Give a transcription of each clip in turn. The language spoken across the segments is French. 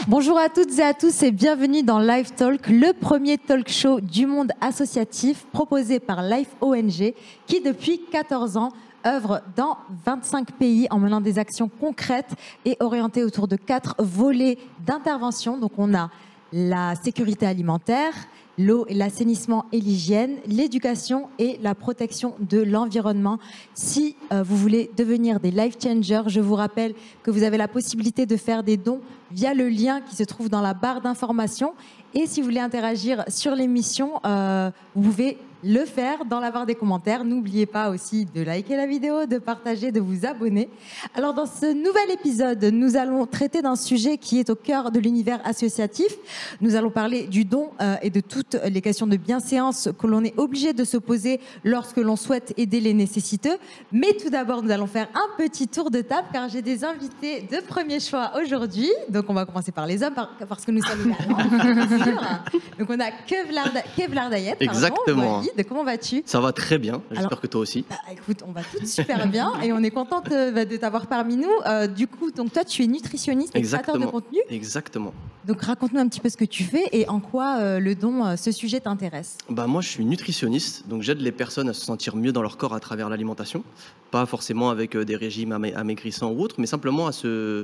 Bonjour à toutes et à tous et bienvenue dans Life Talk, le premier talk show du monde associatif proposé par Life ONG qui depuis 14 ans œuvre dans 25 pays en menant des actions concrètes et orientées autour de 4 volets d'intervention. Donc on a la sécurité alimentaire, l'eau et l'assainissement et l'hygiène, l'éducation et la protection de l'environnement. Si vous voulez devenir des life changers, je vous rappelle que vous avez la possibilité de faire des dons via le lien qui se trouve dans la barre d'information. Et si vous voulez interagir sur l'émission, vous pouvez le faire dans la barre des commentaires. N'oubliez pas aussi de liker la vidéo, de partager, de vous abonner. Alors dans ce nouvel épisode, nous allons traiter d'un sujet qui est au cœur de l'univers associatif. Nous allons parler du don et de toutes les questions de bienséance que l'on est obligé de se poser lorsque l'on souhaite aider les nécessiteux. Mais tout d'abord, nous allons faire un petit tour de table car j'ai des invités de premier choix aujourd'hui. Donc on va commencer par les hommes parce que nous sommes également. Donc on a Kevlar Dayet. Exactement. Comment vas-tu? Ça va très bien, j'espère que toi aussi. Écoute, on va tous super bien et on est contente de t'avoir parmi nous. Du coup, donc toi, tu es nutritionniste et créateur de contenu. Exactement. Donc raconte-nous un petit peu ce que tu fais et en quoi le don, ce sujet t'intéresse. Moi, je suis nutritionniste, donc j'aide les personnes à se sentir mieux dans leur corps à travers l'alimentation. Pas forcément avec des régimes amaigrissants ou autres, mais simplement à se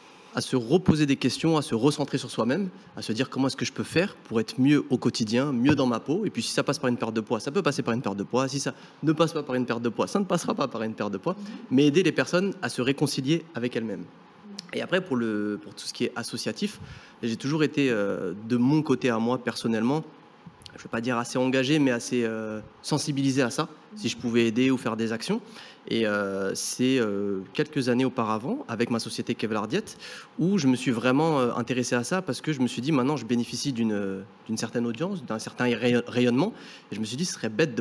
reposer des questions, à se recentrer sur soi-même, à se dire comment est-ce que je peux faire pour être mieux au quotidien, mieux dans ma peau. Et puis si ça passe par une perte de poids, ça peut passer par une perte de poids. Si ça ne passe pas par une perte de poids, ça ne passera pas par une perte de poids. Mais aider les personnes à se réconcilier avec elles-mêmes. Et après, pour tout ce qui est associatif, j'ai toujours été de mon côté à moi personnellement, je ne vais pas dire assez engagé, mais assez sensibilisé à ça, si je pouvais aider ou faire des actions. Et c'est quelques années auparavant, avec ma société Kevlar Diet, où je me suis vraiment intéressé à ça parce que je me suis dit, maintenant, je bénéficie d'une certaine audience, d'un certain rayonnement. Et je me suis dit, ce serait bête de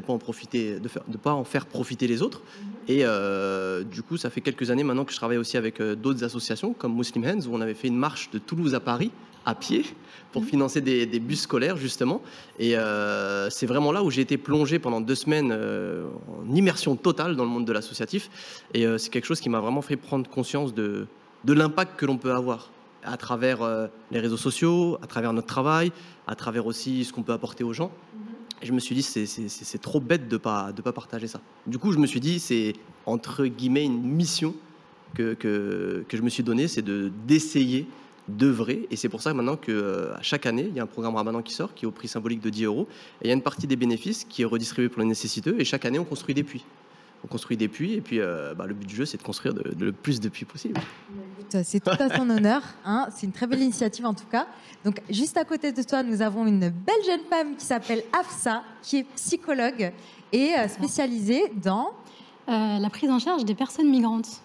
ne pas en faire profiter les autres. Et du coup, ça fait quelques années maintenant que je travaille aussi avec d'autres associations, comme Muslim Hands, où on avait fait une marche de Toulouse à Paris, à pied, pour financer des bus scolaires, justement. Et c'est vraiment là où j'ai été plongé pendant 2 semaines en immersion totale dans le monde de l'associatif. Et c'est quelque chose qui m'a vraiment fait prendre conscience de l'impact que l'on peut avoir à travers les réseaux sociaux, à travers notre travail, à travers aussi ce qu'on peut apporter aux gens. Et je me suis dit, c'est trop bête de pas partager ça. Du coup, je me suis dit, c'est entre guillemets une mission que je me suis donnée, c'est d'essayer d'œuvrer. Et c'est pour ça maintenant qu'à chaque année, il y a un programme Ramadan qui sort, qui est au prix symbolique de 10 €. Et il y a une partie des bénéfices qui est redistribuée pour les nécessiteux. Et chaque année, on construit des puits. On construit des puits. Et puis, le but du jeu, c'est de construire le plus de puits possible. C'est tout à ton honneur. Hein. C'est une très belle initiative, en tout cas. Donc, juste à côté de toi, nous avons une belle jeune femme qui s'appelle Afsa, qui est psychologue et spécialisée dans la prise en charge des personnes migrantes.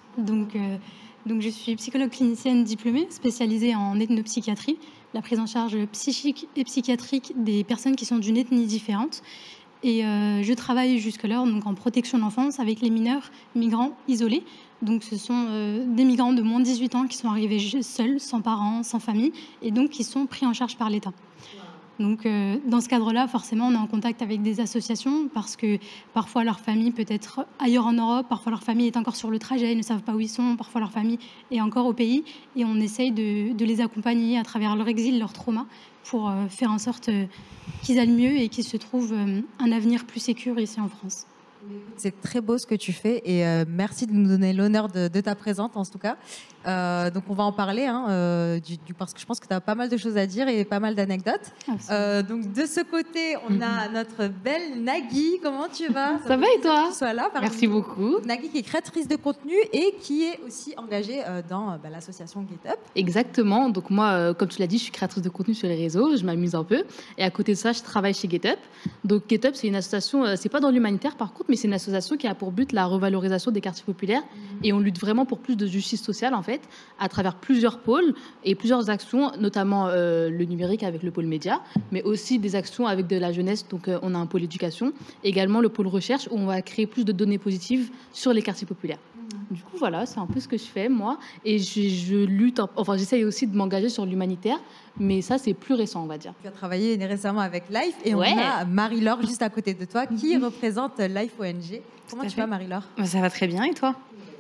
Donc, je suis psychologue clinicienne diplômée, spécialisée en ethnopsychiatrie, la prise en charge psychique et psychiatrique des personnes qui sont d'une ethnie différente. Et je travaille jusque-là donc en protection de l'enfance avec les mineurs migrants isolés. Donc, ce sont des migrants de moins de 18 ans qui sont arrivés seuls, sans parents, sans famille, et donc qui sont pris en charge par l'État. Donc, dans ce cadre-là, forcément, on est en contact avec des associations parce que parfois leur famille peut être ailleurs en Europe, parfois leur famille est encore sur le trajet, ils ne savent pas où ils sont, parfois leur famille est encore au pays et on essaye de les accompagner à travers leur exil, leur trauma pour faire en sorte qu'ils aillent mieux et qu'ils se trouvent un avenir plus sécure ici en France. C'est très beau ce que tu fais et merci de nous donner l'honneur de ta présence en tout cas. Donc on va en parler parce que je pense que tu as pas mal de choses à dire et pas mal d'anecdotes. Donc de ce côté, on a notre belle Nagui. Comment tu vas? Ça va et toi? Que tu sois là, merci beaucoup. Nagui qui est créatrice de contenu et qui est aussi engagée dans l'association Get Up. Exactement. Donc moi, comme tu l'as dit, je suis créatrice de contenu sur les réseaux. Je m'amuse un peu. Et à côté de ça, je travaille chez Get Up. Donc Get Up, c'est une association, c'est pas dans l'humanitaire par contre, mais c'est une association qui a pour but la revalorisation des quartiers populaires. Et on lutte vraiment pour plus de justice sociale en fait, à travers plusieurs pôles et plusieurs actions, notamment le numérique avec le pôle média, mais aussi des actions avec de la jeunesse. Donc on a un pôle éducation, également le pôle recherche où on va créer plus de données positives sur les quartiers populaires. Du coup, voilà, c'est un peu ce que je fais, moi. Et je lutte, j'essaye aussi de m'engager sur l'humanitaire, mais ça, c'est plus récent, on va dire. Tu as travaillé récemment avec Life et on a Marie-Laure juste à côté de toi qui représente Life ONG. Comment tu vas, Marie-Laure? Ça va très bien, et toi?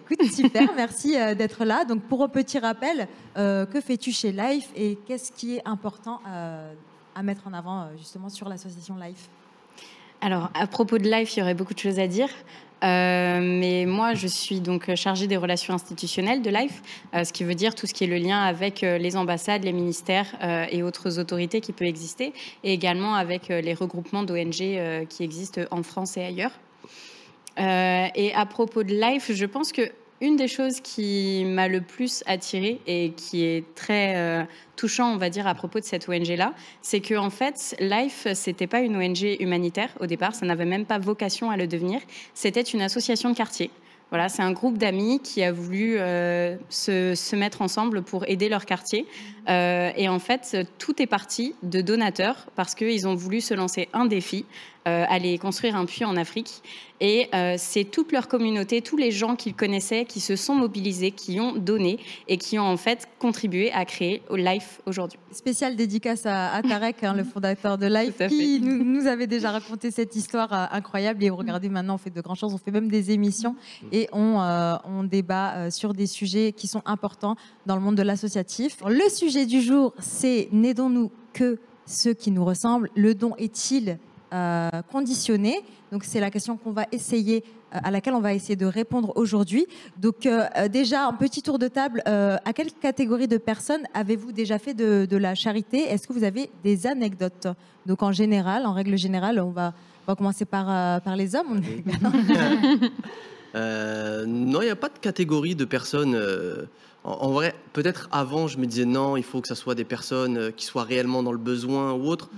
Écoute, super, merci d'être là. Donc, pour un petit rappel, que fais-tu chez Life et qu'est-ce qui est important à mettre en avant justement sur l'association Life? Alors, à propos de Life, il y aurait beaucoup de choses à dire. Mais moi, je suis donc chargée des relations institutionnelles de Life, ce qui veut dire tout ce qui est le lien avec les ambassades, les ministères et autres autorités qui peuvent exister, et également avec les regroupements d'ONG qui existent en France et ailleurs. Et à propos de Life, je pense que une des choses qui m'a le plus attirée et qui est très touchant, on va dire, à propos de cette ONG-là, c'est que en fait, Life, c'était pas une ONG humanitaire au départ, ça n'avait même pas vocation à le devenir. C'était une association de quartier. Voilà, c'est un groupe d'amis qui a voulu se mettre ensemble pour aider leur quartier. Et en fait, tout est parti de donateurs parce qu'ils ont voulu se lancer un défi, aller construire un puits en Afrique. Et c'est toute leur communauté, tous les gens qu'ils connaissaient, qui se sont mobilisés, qui ont donné et qui ont en fait contribué à créer Life aujourd'hui. Spéciale dédicace à Tarek, le fondateur de Life, Tout à qui nous avait déjà raconté cette histoire incroyable. Et regardez, maintenant, on fait de grandes choses, on fait même des émissions et on débat sur des sujets qui sont importants dans le monde de l'associatif. Le sujet du jour, c'est n'aidons-nous que ceux qui nous ressemblent. Le don est-il conditionné? Donc c'est la question qu'on va essayer, à laquelle on va essayer de répondre aujourd'hui. Donc déjà, un petit tour de table. À quelle catégorie de personnes avez-vous déjà fait de la charité? Est-ce que vous avez des anecdotes? Donc en général, en règle générale, on va commencer par les hommes. Non, il n'y a pas de catégorie de personnes. En vrai, peut-être avant, je me disais non, il faut que ça soit des personnes qui soient réellement dans le besoin ou autre.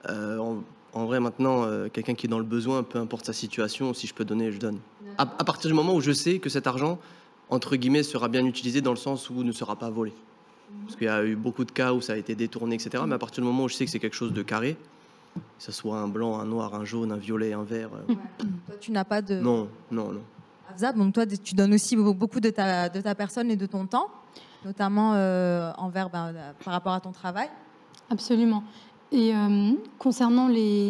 En vrai, maintenant, quelqu'un qui est dans le besoin, peu importe sa situation, si je peux donner, je donne. À partir du moment où je sais que cet argent, entre guillemets, sera bien utilisé dans le sens où ne sera pas volé. Parce qu'il y a eu beaucoup de cas où ça a été détourné, etc. Mais à partir du moment où je sais que c'est quelque chose de carré, que ce soit un blanc, un noir, un jaune, un violet, un vert... Toi, tu n'as pas de... Non. Afzab, donc toi, tu donnes aussi beaucoup de ta personne et de ton temps, notamment par rapport à ton travail. Absolument. Et concernant les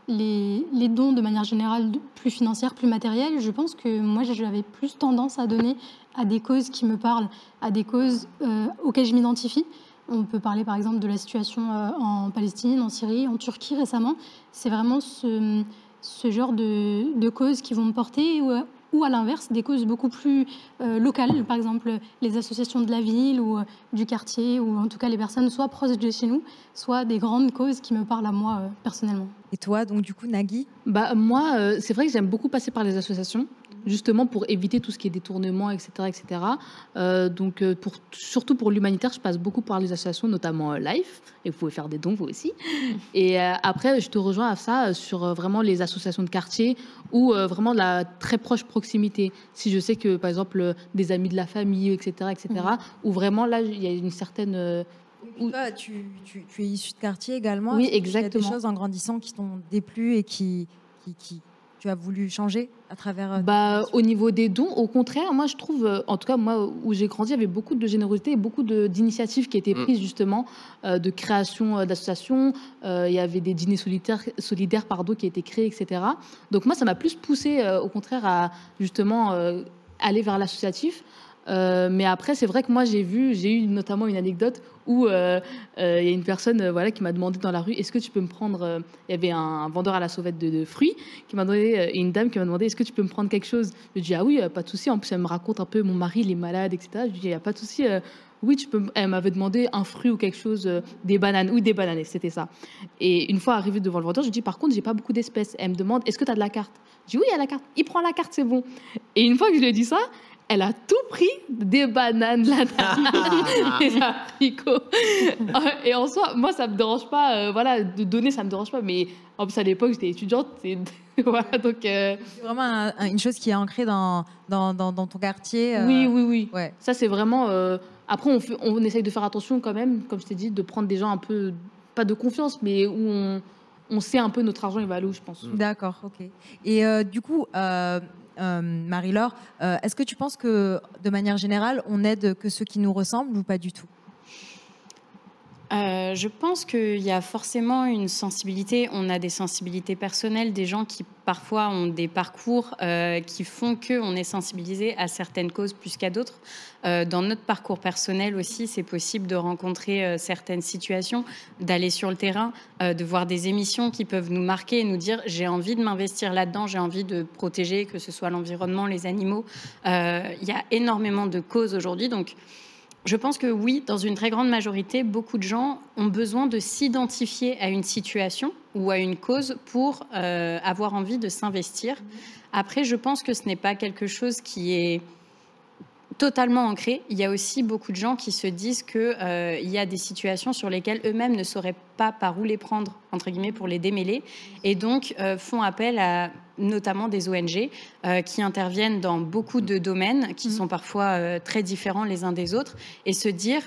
dons de manière générale, plus financière, plus matérielle, je pense que moi, j'avais plus tendance à donner à des causes qui me parlent, à des causes auxquelles je m'identifie. On peut parler par exemple de la situation en Palestine, en Syrie, en Turquie récemment. C'est vraiment ce genre de causes qui vont me porter, ou à l'inverse, des causes beaucoup plus locales, par exemple les associations de la ville ou du quartier, ou en tout cas les personnes soit proches de chez nous, soit des grandes causes qui me parlent à moi personnellement. Et toi, donc du coup, Nagui? Moi, c'est vrai que j'aime beaucoup passer par les associations, justement pour éviter tout ce qui est détournement, etc. etc. Donc, surtout pour l'humanitaire, je passe beaucoup par les associations, notamment Life, et vous pouvez faire des dons, vous aussi. Et après, je te rejoins à ça sur vraiment les associations de quartier ou vraiment la très proche proximité. Si je sais que, par exemple, des amis de la famille, etc., où vraiment, là, il y a une certaine... Toi, tu es issu de quartier également. Oui, Il exactement. y a des choses en grandissant qui t'ont déplu et qui tu as voulu changer à travers... Au niveau des dons, au contraire, moi je trouve, en tout cas moi où j'ai grandi, il y avait beaucoup de générosité et beaucoup d'initiatives qui étaient prises justement, de création d'associations. Il y avait des dîners solidaires qui étaient créés, etc. Donc moi ça m'a plus poussé au contraire à justement aller vers l'associatif. Mais après, c'est vrai que moi, j'ai eu notamment une anecdote où il y a une personne qui m'a demandé dans la rue, est-ce que tu peux me prendre... Il y avait un vendeur à la sauvette de fruits qui m'a demandé, et une dame qui m'a demandé, est-ce que tu peux me prendre quelque chose? Je lui ai dit, ah oui, pas de souci. En plus, elle me raconte un peu, mon mari, il est malade, etc. Je lui ai dit, il n'y a pas de souci. Oui, tu peux... Elle m'avait demandé un fruit ou quelque chose, des bananes. Oui, des bananes, c'était ça. Et une fois arrivée devant le vendeur, je lui ai dit, par contre, j'ai pas beaucoup d'espèces. Elle me demande, est-ce que tu as de la carte? Je dis, oui, il y a la carte. Il prend la carte, c'est bon. Et une fois que je lui ai dit ça, elle a tout pris, des bananes, des abricots. Et en soi, moi, ça me dérange pas. De donner, ça me dérange pas. Mais en plus, à l'époque, j'étais étudiante. Voilà, donc... C'est vraiment une chose qui est ancrée dans ton quartier. Oui. Ouais. Ça, c'est vraiment... Après, on essaye de faire attention quand même, comme je t'ai dit, de prendre des gens un peu, pas de confiance, mais où on sait un peu notre argent, il va aller où, je pense. D'accord, ok. Et du coup... Marie-Laure, est-ce que tu penses que, de manière générale, on aide que ceux qui nous ressemblent ou pas du tout? Je pense qu'il y a forcément une sensibilité. On a des sensibilités personnelles, des gens qui parfois ont des parcours qui font qu'on est sensibilisé à certaines causes plus qu'à d'autres. Dans notre parcours personnel aussi, c'est possible de rencontrer certaines situations, d'aller sur le terrain, de voir des émissions qui peuvent nous marquer et nous dire j'ai envie de m'investir là-dedans, j'ai envie de protéger, que ce soit l'environnement, les animaux. Il y a énormément de causes aujourd'hui, donc je pense que oui, dans une très grande majorité, beaucoup de gens ont besoin de s'identifier à une situation ou à une cause pour avoir envie de s'investir. Après, je pense que ce n'est pas quelque chose qui est totalement ancré. Il y a aussi beaucoup de gens qui se disent qu'il y a des situations sur lesquelles eux-mêmes ne sauraient pas par où les prendre, entre guillemets, pour les démêler, et donc font appel à notamment des ONG qui interviennent dans beaucoup de domaines qui sont parfois très différents les uns des autres, et se dire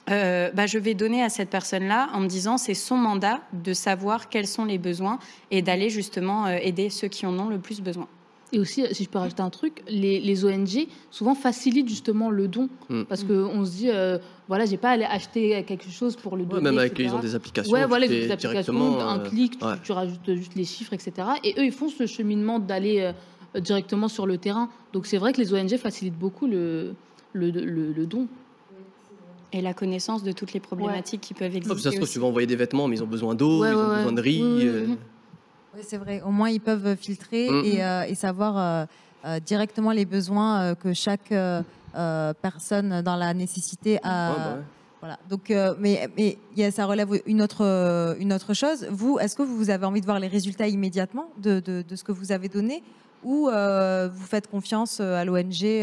je vais donner à cette personne-là en me disant c'est son mandat de savoir quels sont les besoins et d'aller justement aider ceux qui en ont le plus besoin. Et aussi, si je peux rajouter un truc, les ONG souvent facilitent justement le don. Parce qu'on se dit, voilà, j'ai pas à aller acheter quelque chose pour le donner. Même avec etc. ils ont des applications. Ouais, voilà, tu ils ont fais des applications, directement, un clic, ouais. tu rajoutes juste les chiffres, etc. Et eux, ils font ce cheminement d'aller directement sur le terrain. Donc c'est vrai que les ONG facilitent beaucoup le don. Et la connaissance de toutes les problématiques qui peuvent exister. Ça se trouve, aussi. tu vas envoyer des vêtements, mais ils ont besoin d'eau, ils ont besoin de riz. Oui, c'est vrai. Au moins, ils peuvent filtrer et savoir directement les besoins que chaque personne dans la nécessité a. Ouais. Voilà. Donc, mais ça relève une autre chose. Vous, est-ce que vous avez envie de voir les résultats immédiatement de ce que vous avez donné, ou vous faites confiance à l'ONG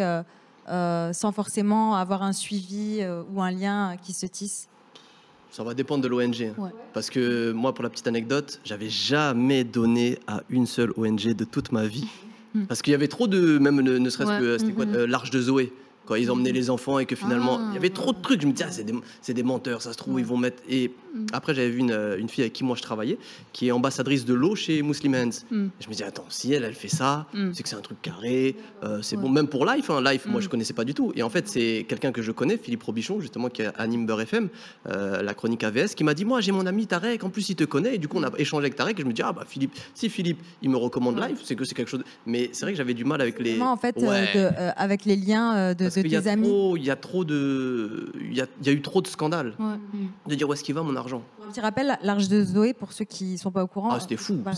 sans forcément avoir un suivi ou un lien qui se tisse? Ça va dépendre de l'ONG. Ouais. Parce que moi, pour la petite anecdote, j'avais jamais donné à une seule ONG de toute ma vie. Parce qu'il y avait trop de... Même ne serait-ce que... C'était quoi l'Arche de Zoé. Quand ils emmenaient les enfants et que finalement, il y avait trop de trucs. Je me disais, c'est des menteurs, ça se trouve, ils vont mettre... Et après, j'avais vu une fille avec qui moi je travaillais, qui est ambassadrice de l'eau chez Muslim Hands. Je me disais, attends, si elle fait ça, c'est que c'est un truc carré, c'est bon, même pour Life. Life, moi je connaissais pas du tout. Et en fait, c'est quelqu'un que je connais, Philippe Robichon, justement, qui anime Beurre FM, la chronique AVS, qui m'a dit, moi j'ai mon ami Tarek, en plus il te connaît. Et du coup, on a échangé avec Tarek et je me dis, Philippe, si Philippe, il me recommande Life, c'est que c'est quelque chose... Mais c'est vrai que j'avais du mal avec les... En fait, avec les liens de tes amis. Il y a trop de... Il y a eu trop de scandales. De dire où est-ce qu'il va mon argent. Un petit rappel, l'Arche de Zoé, pour ceux qui ne sont pas au courant. C'était fou. Voilà.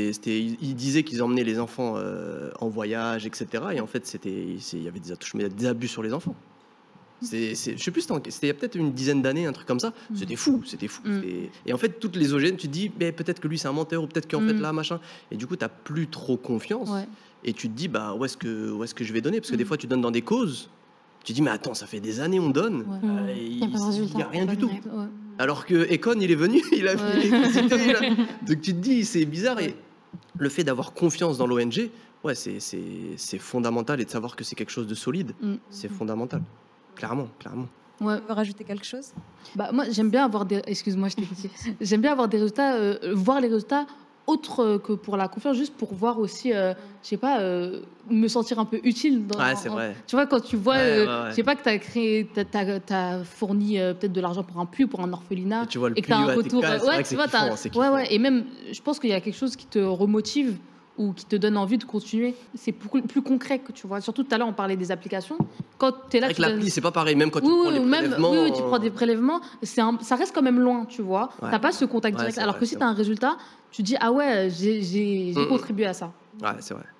Ils disaient qu'ils emmenaient les enfants en voyage, etc. Et en fait, il y avait des abus sur les enfants. Je sais plus, c'était il y a peut-être une dizaine d'années, un truc comme ça. C'était fou. Et en fait, toutes les OGN, tu te dis, mais peut-être que lui c'est un menteur, ou peut-être qu'en fait là, machin. Et du coup, tu n'as plus trop confiance. Et tu te dis, où est-ce que je vais donner? Parce que des fois, tu donnes dans des causes. Tu te dis, mais attends, ça fait des années on donne, il n'y a rien du tout. Alors que Econ, il est venu, il a mis l'électricité. Donc tu te dis, c'est bizarre. Et le fait d'avoir confiance dans l'ONG, c'est fondamental, et de savoir que c'est quelque chose de solide, c'est fondamental. Clairement. Ouais. Tu veux rajouter quelque chose? Moi, j'aime bien avoir des... Excuse-moi, je t'ai dit. J'aime bien avoir des résultats, voir les résultats autre que pour la confiance, juste pour voir aussi, je sais pas, me sentir un peu utile. C'est vrai. Tu vois, quand tu vois, je sais pas, que t'as fourni peut-être de l'argent pour un puits, pour un orphelinat, et tu vois le et que t'as un retour. C'est kiffant. Et même, je pense qu'il y a quelque chose qui te remotive ou qui te donne envie de continuer. C'est plus concret, que tu vois. Surtout tout à l'heure, on parlait des applications. Quand tu es là, avec l'appli, c'est pas pareil. Même quand tu prends les prélèvements. Oui, tu prends des prélèvements, ça reste quand même loin, tu vois. T'as pas ce contact direct. Alors que si tu as un résultat, tu dis, ah ouais, j'ai contribué à ça. Ouais, c'est vrai.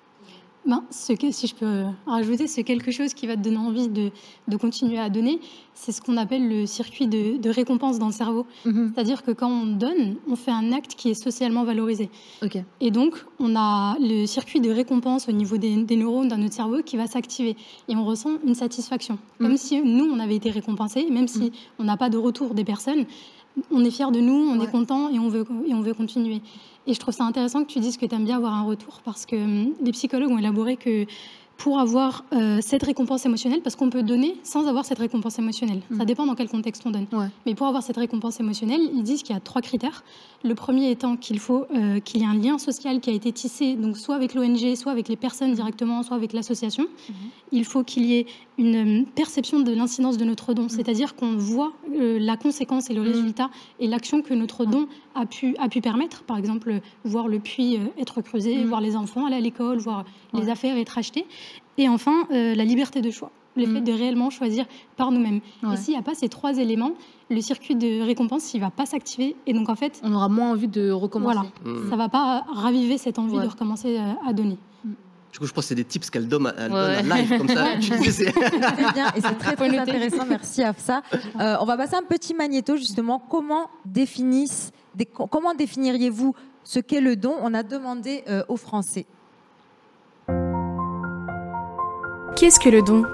Si je peux rajouter, c'est quelque chose qui va te donner envie de continuer à donner. C'est ce qu'on appelle le circuit de récompense dans le cerveau. C'est-à-dire que quand on donne, on fait un acte qui est socialement valorisé. Et donc, on a le circuit de récompense au niveau des neurones dans notre cerveau qui va s'activer. Et on ressent une satisfaction. Comme si nous, on avait été récompensés, même si on n'a pas de retour des personnes. On est fiers de nous, on est content et on veut continuer. Et je trouve ça intéressant que tu dises que tu aimes bien avoir un retour, parce que les psychologues ont élaboré que pour avoir cette récompense émotionnelle, parce qu'on peut donner sans avoir cette récompense émotionnelle. Ça dépend dans quel contexte on donne. Ouais. Mais pour avoir cette récompense émotionnelle, ils disent qu'il y a 3 critères. Le premier étant qu'il faut qu'il y ait un lien social qui a été tissé, donc soit avec l'ONG, soit avec les personnes directement, soit avec l'association. Il faut qu'il y ait une perception de l'incidence de notre don, c'est-à-dire qu'on voit la conséquence et le résultat et l'action que notre don a pu permettre. Par exemple, voir le puits être creusé, voir les enfants aller à l'école, voir les affaires être achetées. Et enfin, la liberté de choix. Le fait de réellement choisir par nous-mêmes. Ouais. Et s'il n'y a pas ces 3 éléments, le circuit de récompense, il ne va pas s'activer. Et donc, en fait, On aura moins envie de recommencer. voilà, ça ne va pas raviver cette envie de recommencer à donner. Du coup, je pense que c'est des tips qu'elle donne à live, comme ça. Tu sais, C'est bien et c'est très, très intéressant. Merci Afsa. On va passer un petit magnéto justement. Comment définiriez-vous ce qu'est le don? On a demandé aux Français. Qu'est-ce que le don ?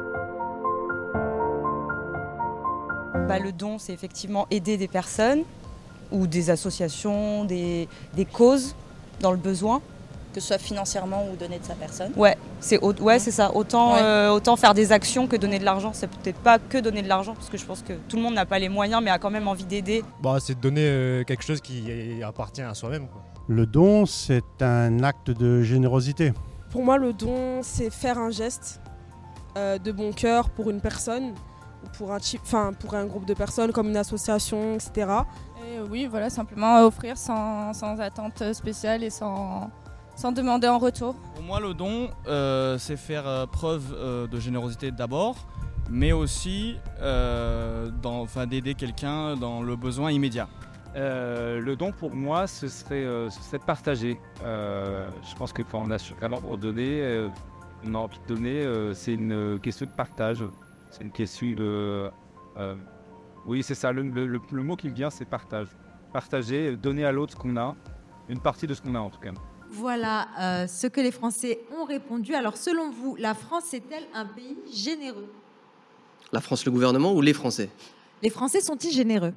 Le don, c'est effectivement aider des personnes ou des associations, des causes dans le besoin. Que ce soit financièrement ou donner de sa personne. C'est ça. Autant faire des actions que donner de l'argent. C'est peut-être pas que donner de l'argent, parce que je pense que tout le monde n'a pas les moyens, mais a quand même envie d'aider. C'est de donner quelque chose qui appartient à soi-même, quoi. Le don, c'est un acte de générosité. Pour moi, le don, c'est faire un geste de bon cœur pour une personne, pour un groupe de personnes, comme une association, etc. Et oui, voilà, simplement offrir sans attente spéciale et sans demander en retour. Pour moi, le don, c'est faire preuve de générosité d'abord, mais aussi d'aider quelqu'un dans le besoin immédiat. Le don, pour moi, ce serait de partager. Je pense que quand on a vraiment pour donner, on a envie de donner, c'est une question de partage. C'est une question de... oui, c'est ça, le mot qui me vient, c'est partage. Partager, donner à l'autre ce qu'on a, une partie de ce qu'on a en tout cas. Voilà ce que les Français ont répondu. Alors, selon vous, la France est-elle un pays généreux? La France, le gouvernement ou les Français? Les Français sont-ils généreux?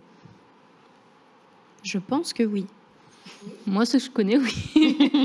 Je pense que oui. Moi, ce que je connais, oui.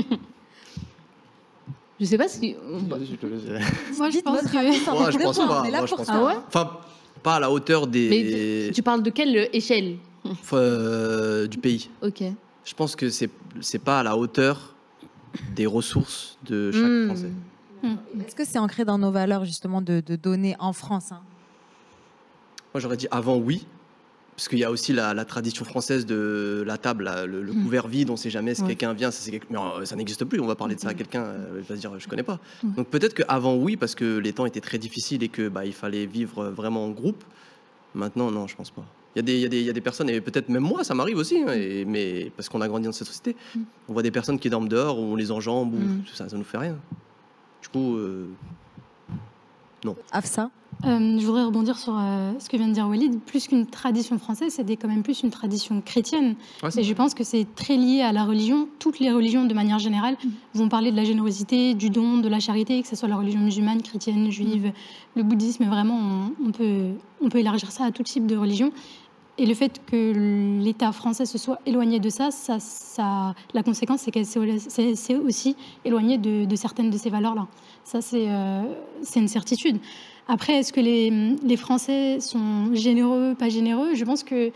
Je sais pas si... Moi, je pense que... Moi, je pense pas. Ah ouais? Enfin, pas à la hauteur des... Mais tu parles de quelle échelle? Du pays. Ok. Je pense que c'est pas à la hauteur des ressources de chaque Français. Est-ce que c'est ancré dans nos valeurs, justement, de donner en France, hein? Moi, j'aurais dit avant, oui. Parce qu'il y a aussi la tradition française de la table, le couvert vide, on ne sait jamais si quelqu'un vient. Mais ça n'existe plus, on va parler de ça à quelqu'un, il va se dire, je ne connais pas. Donc peut-être qu'avant, oui, parce que les temps étaient très difficiles et qu'il fallait vivre vraiment en groupe. Maintenant, non, je ne pense pas. Il y a des personnes, et peut-être même moi, ça m'arrive aussi, hein, mais parce qu'on a grandi dans cette société, on voit des personnes qui dorment dehors, ou on les enjambe, ou ça ne nous fait rien. Du coup, non. Afsa? Je voudrais rebondir sur ce que vient de dire Walid. Plus qu'une tradition française, c'est quand même plus une tradition chrétienne. Et je pense que c'est très lié à la religion. Toutes les religions, de manière générale, vont parler de la générosité, du don, de la charité, que ce soit la religion musulmane, chrétienne, juive, le bouddhisme. Vraiment, on peut élargir ça à tout type de religion. Et le fait que l'État français se soit éloigné de ça, la conséquence, c'est qu'elle s'est aussi éloignée de certaines de ces valeurs-là. Ça, c'est une certitude. Après, est-ce que les Français sont généreux, pas généreux? Je pense que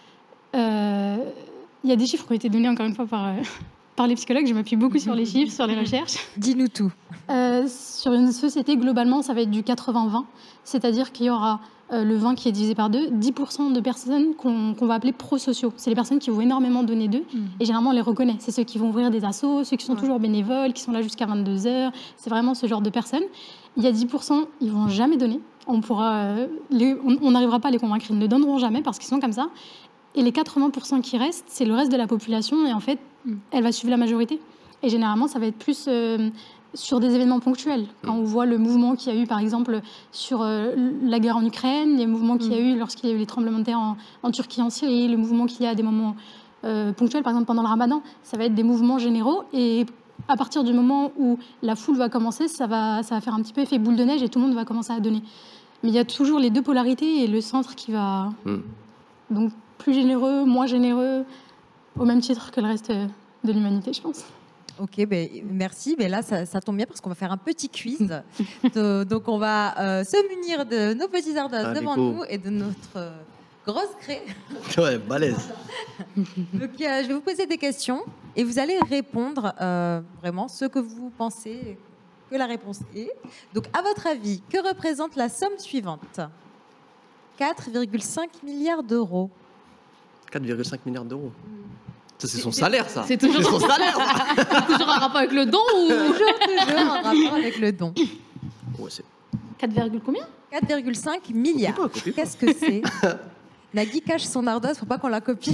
y a des chiffres qui ont été donnés, encore une fois, par les psychologues. Je m'appuie beaucoup sur les chiffres, sur les recherches. Dis-nous tout. Sur une société, globalement, ça va être du 80-20. C'est-à-dire qu'il y aura le 20 qui est divisé par 2, 10% de personnes qu'on va appeler prosociaux. C'est les personnes qui vont énormément donner d'eux. Et généralement, on les reconnaît. C'est ceux qui vont ouvrir des assos, ceux qui sont toujours bénévoles, qui sont là jusqu'à 22h. C'est vraiment ce genre de personnes. Il y a 10%, ils ne vont jamais donner. On n'arrivera pas à les convaincre. Ils ne donneront jamais parce qu'ils sont comme ça. Et les 80% qui restent, c'est le reste de la population. Et en fait, elle va suivre la majorité. Et généralement, ça va être plus sur des événements ponctuels. Quand on voit le mouvement qu'il y a eu, par exemple, sur la guerre en Ukraine, les mouvements qu'il y a eu lorsqu'il y a eu les tremblements de terre en Turquie, en Syrie, le mouvement qu'il y a à des moments ponctuels, par exemple pendant le ramadan, ça va être des mouvements généraux. Et à partir du moment où la foule va commencer, ça va faire un petit peu effet boule de neige et tout le monde va commencer à donner. Mais il y a toujours les deux polarités et le centre qui va... Donc, plus généreux, moins généreux, au même titre que le reste de l'humanité, je pense. Ok, merci. Mais là, ça tombe bien parce qu'on va faire un petit quiz. Donc, on va se munir de nos petits ardoises devant nous et de notre grosse craie. Ouais, balèze. Donc, je vais vous poser des questions et vous allez répondre vraiment ce que vous pensez que la réponse est. Donc, à votre avis, que représente la somme suivante ? 4,5 milliards d'euros. 4,5 milliards d'euros. Ça, c'est son salaire, ça. C'est toujours son salaire. C'est toujours un rapport avec le don ou Toujours un rapport avec le don. Ouais, c'est 4, combien 4,5 milliards. Qu'est-ce que c'est ? Nagui cache son ardoise, faut pas qu'on la copie.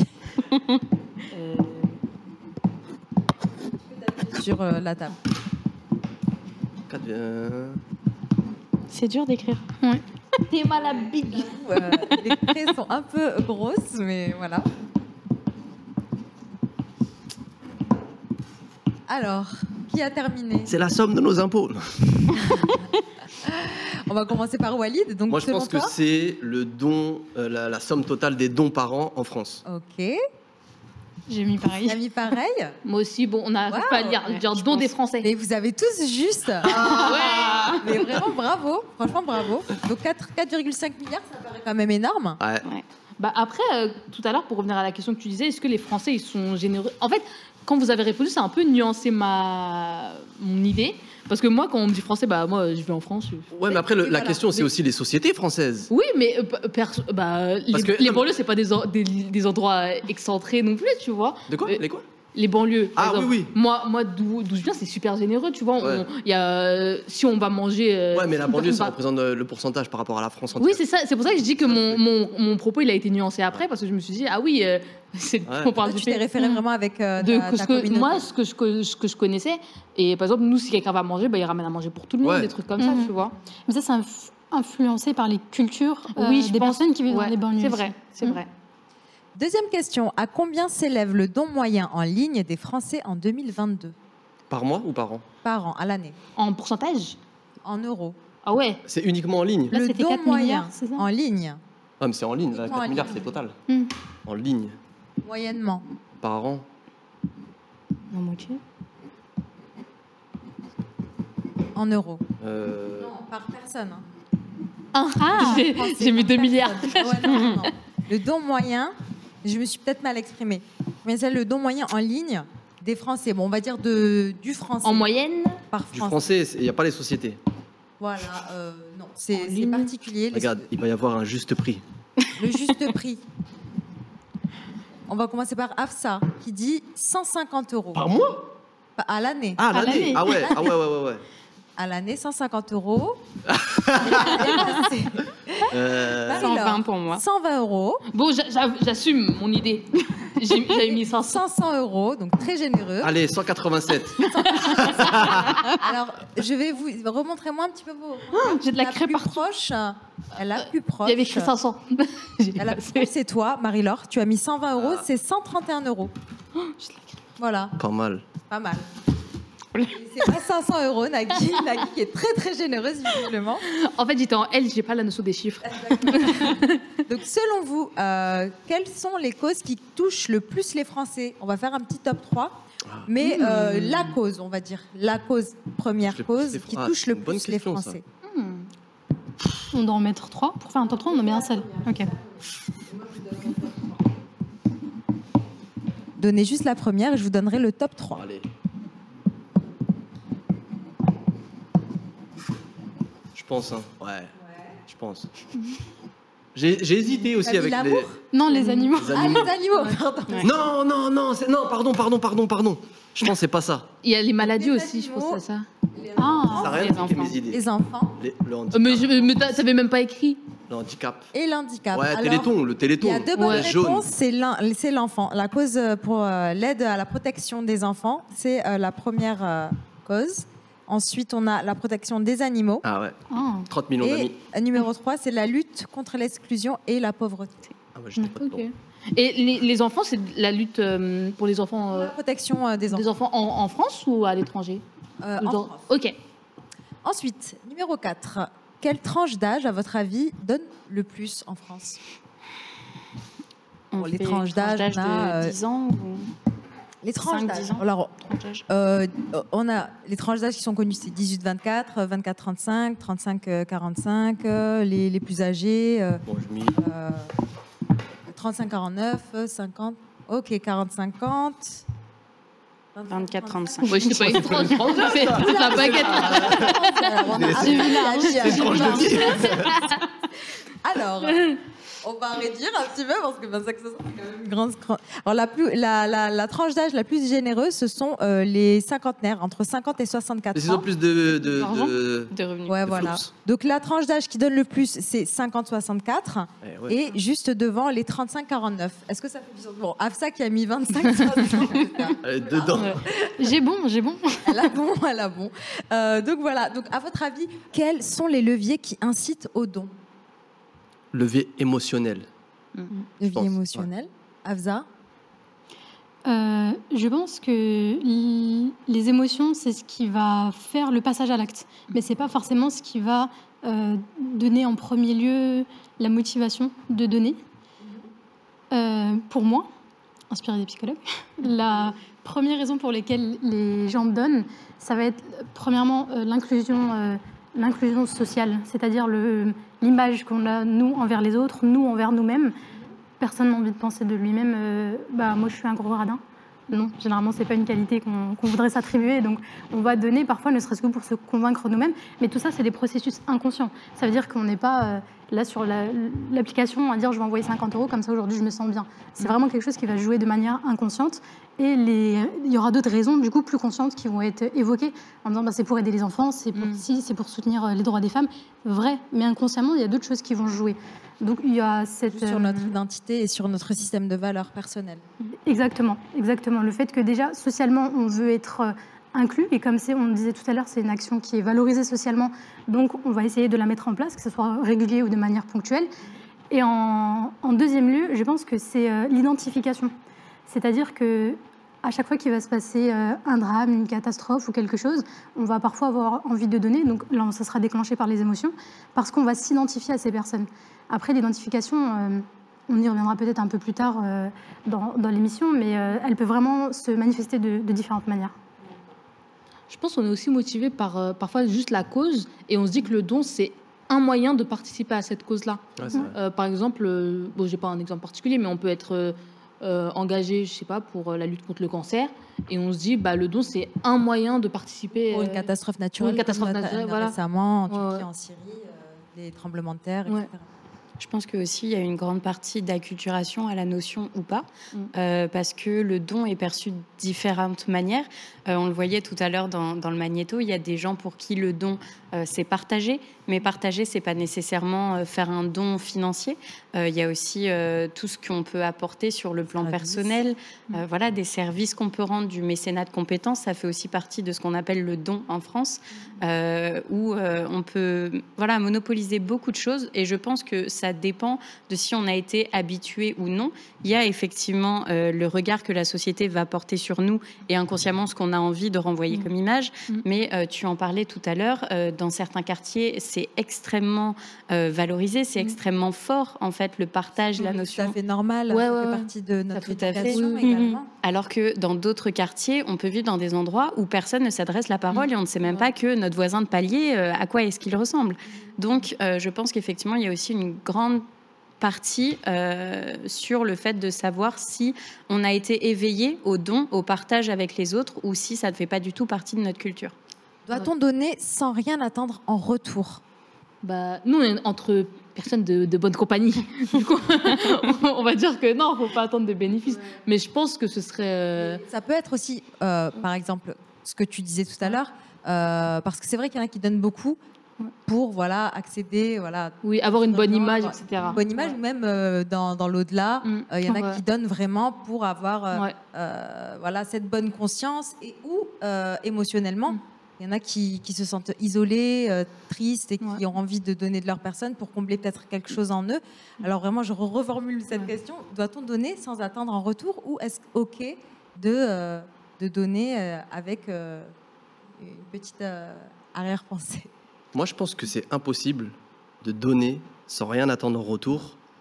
Sur la table. C'est dur d'écrire. Ouais. T'es mal à big. Les traits sont un peu grosses, mais voilà. Alors, qui a terminé ? C'est la somme de nos impôts. On va commencer par Walid. Donc, moi, je pense que c'est le don, la somme totale des dons par an en France. Ok. J'ai mis pareil. J'ai mis pareil. Moi aussi, bon, on n'arrive pas à dire don des Français. Et vous avez tous juste. Ouais. Mais vraiment, bravo. Franchement, bravo. Donc 4,5 milliards, ça paraît quand même énorme. Ouais. Bah après, tout à l'heure, pour revenir à la question que tu disais, est-ce que les Français, ils sont généreux ? En fait, quand vous avez répondu, ça a un peu nuancé mon idée. Parce que moi, quand on me dit français, bah moi, je vais en France. Ouais, mais après, la question, c'est aussi les sociétés françaises. Oui, mais les banlieues, c'est pas des endroits excentrés non plus, tu vois. De quoi Les quoi Les banlieues. Ah exemple. oui. Moi d'où je viens, c'est super généreux, tu vois. Ouais. Si on va manger. Ouais, mais la banlieue, ça représente le pourcentage par rapport à la France entière. Oui, c'est ça. C'est pour ça que je dis que mon propos, il a été nuancé après, parce que je me suis dit, ah oui, on parle du fait. Tu t'es référé vraiment avec ta communauté. Moi, ce que je connaissais, et par exemple, nous, si quelqu'un va manger, il ramène à manger pour tout le monde, des trucs comme ça, tu vois. Mais ça, c'est influencé par les cultures des personnes qui vivent dans les banlieues. C'est vrai, c'est vrai. Deuxième question. À combien s'élève le don moyen en ligne des Français en 2022 ? Par mois ou par an ? Par an, à l'année. En pourcentage ? En euros. Ah ouais. C'est uniquement en ligne. Là, le don 4 moyen milliards, c'est ça ? En ligne. Ah, mais c'est en ligne. Là, 4 milliards, c'est total. En ligne. Moyennement. Par an. La moitié. En euros. Non, par personne. J'ai mis 2 milliards. Non. Le don moyen, je me suis peut-être mal exprimée, mais c'est le don moyen en ligne des Français. Bon, on va dire du français. En moyenne par Du français, il n'y a pas les sociétés. Voilà, non, c'est particulier. Regarde, il va y avoir un juste prix. Le juste prix. On va commencer par Afsa, qui dit 150 €. Par mois ? À l'année. Ah, à l'année. Ah ouais. À l'année, 150 €. 120 pour moi. 120 €. Bon, j'assume mon idée. J'avais mis 500 €, donc très généreux. Allez, 187. Alors, je vais vous remontrer-moi un petit peu vos. J'ai de la craie partout. Proche. La plus proche. Il y avait écrit 500. La plus proche, c'est toi, Marie-Laure. Tu as mis 120 €, c'est 131 €. Voilà. Pas mal. Pas mal. C'est pas 500 €, Nagui. Nagui qui est très très généreuse visiblement. En fait, j'étais en L, j'ai pas la notion des chiffres. Donc, selon vous, quelles sont les causes qui touchent le plus les Français ? On va faire un petit top 3. Mais la cause, on va dire, la première cause qui touche le plus les Français. On doit en mettre 3 pour faire un top 3, on en met un seul. Ok. Donnez juste la première et je vous donnerai le top 3. Allez. Je pense, hein. Ouais. Je pense. J'ai hésité aussi avec les... Non, les animaux. Les animaux, pardon. Ouais. Non, pardon. Je pense que c'est pas ça. Il y a les maladies aussi, je pense que c'est ça. Ça n'a rien à mes idées. Les enfants. Le handicap. Mais t'avais même pas écrit. Le handicap. Et l'handicap. Ouais, Alors, le téléthon. Il y a deux bonnes réponses. C'est l'enfant. La cause pour l'aide à la protection des enfants, c'est la première cause. Ensuite, on a la protection des animaux. Ah ouais. 30 millions d'amis. Et numéro 3, c'est la lutte contre l'exclusion et la pauvreté. Ah ouais, j'étais pas dedans. Et les enfants, c'est la lutte pour les enfants... la protection des enfants. Des enfants en France ou à l'étranger en France. Ok. Ensuite, numéro 4. Quelle tranche d'âge, à votre avis, donne le plus en France? On les tranches d'âge, de 10 ans ou... Les tranches 5-10 d'âge. ans. Alors, Tranche d'âge. on a les tranches d'âge qui sont connues, c'est 18-24, 24-35, 35-45, les plus âgés, Bon, je m'y- 35-49, 50, ok, 40-50. 24-35. Ouais, je sais pas, une tranche, c'est un baguette. Alors, on va réduire un petit peu parce que 25 c'est quand même une grande. Alors, la tranche d'âge la plus généreuse, ce sont les cinquantenaires, entre 50 et 64 Ils ans. ont plus de De revenus. Ouais, de voilà. flops. Donc, la tranche d'âge qui donne le plus, c'est 50-64 Ouais. et juste devant les 35-49. Est-ce que ça fait du sens? Bon, Afsa qui a mis 25 Dedans. J'ai bon. Elle a bon, elle a bon. Donc, voilà. Donc, à votre avis, quels sont les leviers qui incitent au don? Levier émotionnel. Levier pense, émotionnel. Afsa? Je pense que les émotions, c'est ce qui va faire le passage à l'acte. Mais c'est pas forcément ce qui va donner en premier lieu la motivation de donner. Pour moi, inspirée des psychologues, la première raison pour laquelle les gens donnent, ça va être premièrement l'inclusion sociale, c'est-à-dire l'image qu'on a, nous, envers les autres, nous, envers nous-mêmes. Personne n'a envie de penser de lui-même, moi, je suis un gros radin. Non, généralement, ce n'est pas une qualité qu'on voudrait s'attribuer. Donc, on va donner parfois, ne serait-ce que pour se convaincre nous-mêmes. Mais tout ça, c'est des processus inconscients. Ça veut dire qu'on n'est pas là sur l'application à dire je vais envoyer 50 €, comme ça, aujourd'hui, je me sens bien. C'est vraiment quelque chose qui va jouer de manière inconsciente. Et il y aura d'autres raisons, du coup, plus conscientes qui vont être évoquées en disant c'est pour aider les enfants, c'est pour c'est pour soutenir les droits des femmes. Vrai, mais inconsciemment, il y a d'autres choses qui vont jouer. Donc, il y a cette... Sur notre identité et sur notre système de valeurs personnelles. Exactement. Le fait que déjà, socialement, on veut être inclus. Et comme on le disait tout à l'heure, c'est une action qui est valorisée socialement. Donc, on va essayer de la mettre en place, que ce soit régulier ou de manière ponctuelle. Et en deuxième lieu, je pense que c'est l'identification. C'est-à-dire que à chaque fois qu'il va se passer un drame, une catastrophe ou quelque chose, on va parfois avoir envie de donner. Donc là, ça sera déclenché par les émotions, parce qu'on va s'identifier à ces personnes. Après, l'identification, on y reviendra peut-être un peu plus tard dans l'émission, mais elle peut vraiment se manifester de différentes manières. Je pense qu'on est aussi motivé par parfois juste la cause et on se dit que le don, c'est un moyen de participer à cette cause-là. Ouais, par exemple, bon, j'ai pas un exemple particulier, mais on peut être engagé, je sais pas, pour la lutte contre le cancer et on se dit, le don, c'est un moyen de participer. Pour une catastrophe naturelle. Une catastrophe naturelle, voilà. Récemment, en Turquie, en Syrie, les tremblements de terre, etc. Je pense qu'aussi, il y a une grande partie d'acculturation à la notion ou pas, parce que le don est perçu de différentes manières. On le voyait tout à l'heure dans le magnéto, il y a des gens pour qui le don, c'est partager, mais partager, c'est pas nécessairement faire un don financier. Il y a aussi tout ce qu'on peut apporter sur le plan personnel, voilà, des services qu'on peut rendre, du mécénat de compétences. Ça fait aussi partie de ce qu'on appelle le don en France, où on peut monopoliser beaucoup de choses. Et je pense que ça dépend de si on a été habitué ou non. Il y a effectivement le regard que la société va porter sur nous et inconsciemment ce qu'on a envie de renvoyer comme image. Mais tu en parlais tout à l'heure, dans certains quartiers, c'est extrêmement valorisé, c'est extrêmement fort, en fait, le partage, la notion. Ça fait normal, ça fait partie de notre éducation également. Alors que dans d'autres quartiers, on peut vivre dans des endroits où personne ne s'adresse la parole et on ne sait même pas que notre voisin de palier, à quoi est-ce qu'il ressemble. Donc, je pense qu'effectivement, il y a aussi une grande partie sur le fait de savoir si on a été éveillé au don, au partage avec les autres, ou si ça ne fait pas du tout partie de notre culture. Doit-on donner sans rien attendre en retour? Nous, on est entre personnes de bonne compagnie. Du coup, on va dire que non, il ne faut pas attendre de bénéfices. Mais je pense que ce serait... Ça peut être aussi, par exemple, ce que tu disais tout à l'heure, parce que c'est vrai qu'il y en a qui donnent beaucoup pour accéder, oui, avoir une bonne image, etc. Une bonne image, ou même dans l'au-delà, il y en a qui donnent vraiment pour avoir cette bonne conscience et ou émotionnellement. Il y en a qui se sentent isolés, tristes et qui ont envie de donner de leur personne pour combler peut-être quelque chose en eux. Alors vraiment, je reformule cette question. Doit-on donner sans attendre en retour, ou est-ce OK de donner avec une petite arrière-pensée? Moi, je pense que c'est impossible de donner sans rien attendre en retour,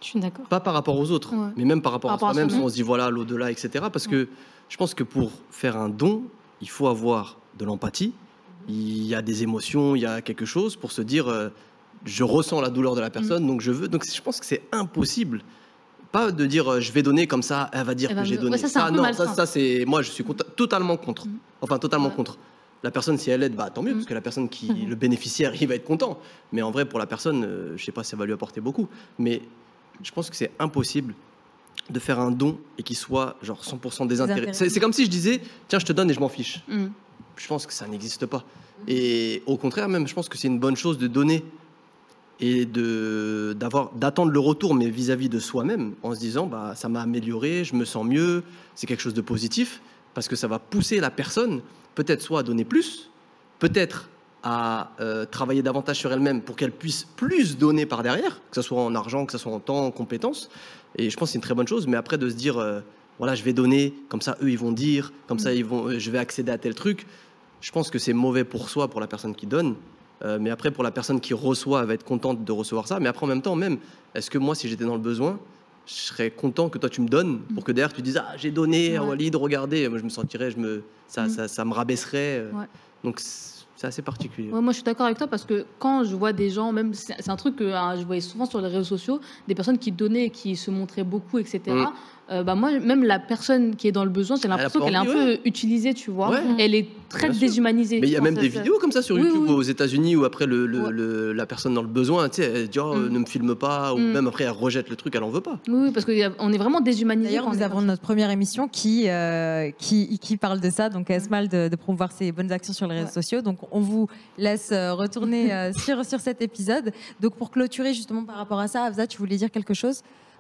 Je suis d'accord. Pas par rapport aux autres, mais même par rapport à soi-même, si on se dit voilà, l'au-delà, etc. Parce que je pense que pour faire un don, il faut avoir de l'empathie, il y a des émotions, il y a quelque chose pour se dire je ressens la douleur de la personne, donc je veux. Donc je pense que c'est impossible. Pas de dire je vais donner comme ça, elle va dire que j'ai donné. Ça, c'est moi je suis totalement contre. Enfin totalement contre. La personne, si elle aide, bah tant mieux, parce que la personne le bénéficiaire, il va être content. Mais en vrai, pour la personne, je sais pas si ça va lui apporter beaucoup. Mais je pense que c'est impossible de faire un don et qu'il soit genre 100% désintéressé. C'est comme si je disais tiens, je te donne et je m'en fiche. Je pense que ça n'existe pas. Et au contraire, même, je pense que c'est une bonne chose de donner et d'attendre le retour, mais vis-à-vis de soi-même, en se disant bah, ça m'a amélioré, je me sens mieux, c'est quelque chose de positif, parce que ça va pousser la personne, peut-être soit à donner plus, peut-être à travailler davantage sur elle-même pour qu'elle puisse plus donner par derrière, que ce soit en argent, que ce soit en temps, en compétences. Et je pense que c'est une très bonne chose, mais après de se dire, voilà, je vais donner, comme ça, eux, ils vont dire, comme ça, je vais accéder à tel truc. Je pense que c'est mauvais pour soi, pour la personne qui donne. Mais après, pour la personne qui reçoit, elle va être contente de recevoir ça. Mais après, en même temps, est-ce que moi, si j'étais dans le besoin, je serais content que toi, tu me donnes pour que derrière, tu dises « Ah, j'ai donné à Walid, regardez ». Moi, je me sentirais, ça me rabaisserait. Donc, c'est assez particulier. Ouais, moi, je suis d'accord avec toi parce que quand je vois des gens, même c'est un truc que je voyais souvent sur les réseaux sociaux, des personnes qui donnaient, qui se montraient beaucoup, etc. Bah moi, même la personne qui est dans le besoin, j'ai l'impression qu'elle est un peu utilisée, tu vois. Elle est très déshumanisée. Mais il y a même des vidéos comme ça sur YouTube aux États-Unis où après la personne dans le besoin, tu sais, elle dit ne me filme pas, ou même après elle rejette le truc, elle en veut pas. Oui, parce qu'on est vraiment déshumanisé. D'ailleurs, nous avons notre première émission qui parle de ça, donc Esmal de promouvoir ses bonnes actions sur les réseaux sociaux. Donc on vous laisse retourner sur cet épisode. Donc pour clôturer justement par rapport à ça, Hafsa, tu voulais dire quelque chose?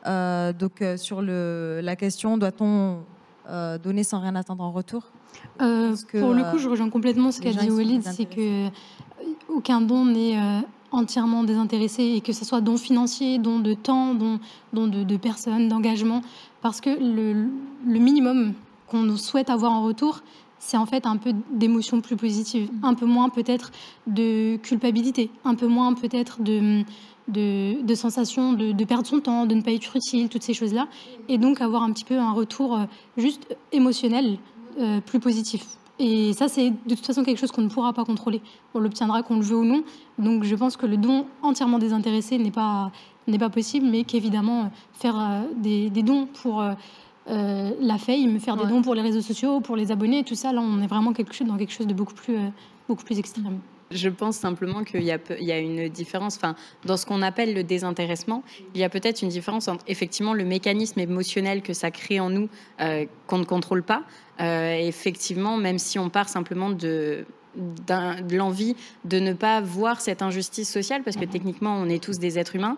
Sur la question, doit-on donner sans rien attendre en retour? Pour le coup, je rejoins complètement ce qu'a dit Walid, c'est qu'aucun don n'est entièrement désintéressé, et que ce soit don financier, don de temps, don de personnes, d'engagement, parce que le minimum qu'on souhaite avoir en retour, c'est en fait un peu d'émotions plus positives, un peu moins peut-être de culpabilité, un peu moins peut-être de sensation de perdre son temps, de ne pas être utile, toutes ces choses-là, et donc avoir un petit peu un retour juste émotionnel plus positif. Et ça, c'est de toute façon quelque chose qu'on ne pourra pas contrôler. On l'obtiendra qu'on le veut ou non. Donc je pense que le don entièrement désintéressé n'est pas possible, mais qu'évidemment faire des dons pour la fame, faire des dons pour les réseaux sociaux, pour les abonnés, tout ça, là on est vraiment dans quelque chose de beaucoup plus extrême. Je pense simplement qu'il y a une différence, dans ce qu'on appelle le désintéressement, il y a peut-être une différence entre effectivement le mécanisme émotionnel que ça crée en nous, qu'on ne contrôle pas. Effectivement, même si on part simplement de l'envie de ne pas voir cette injustice sociale, parce que techniquement on est tous des êtres humains,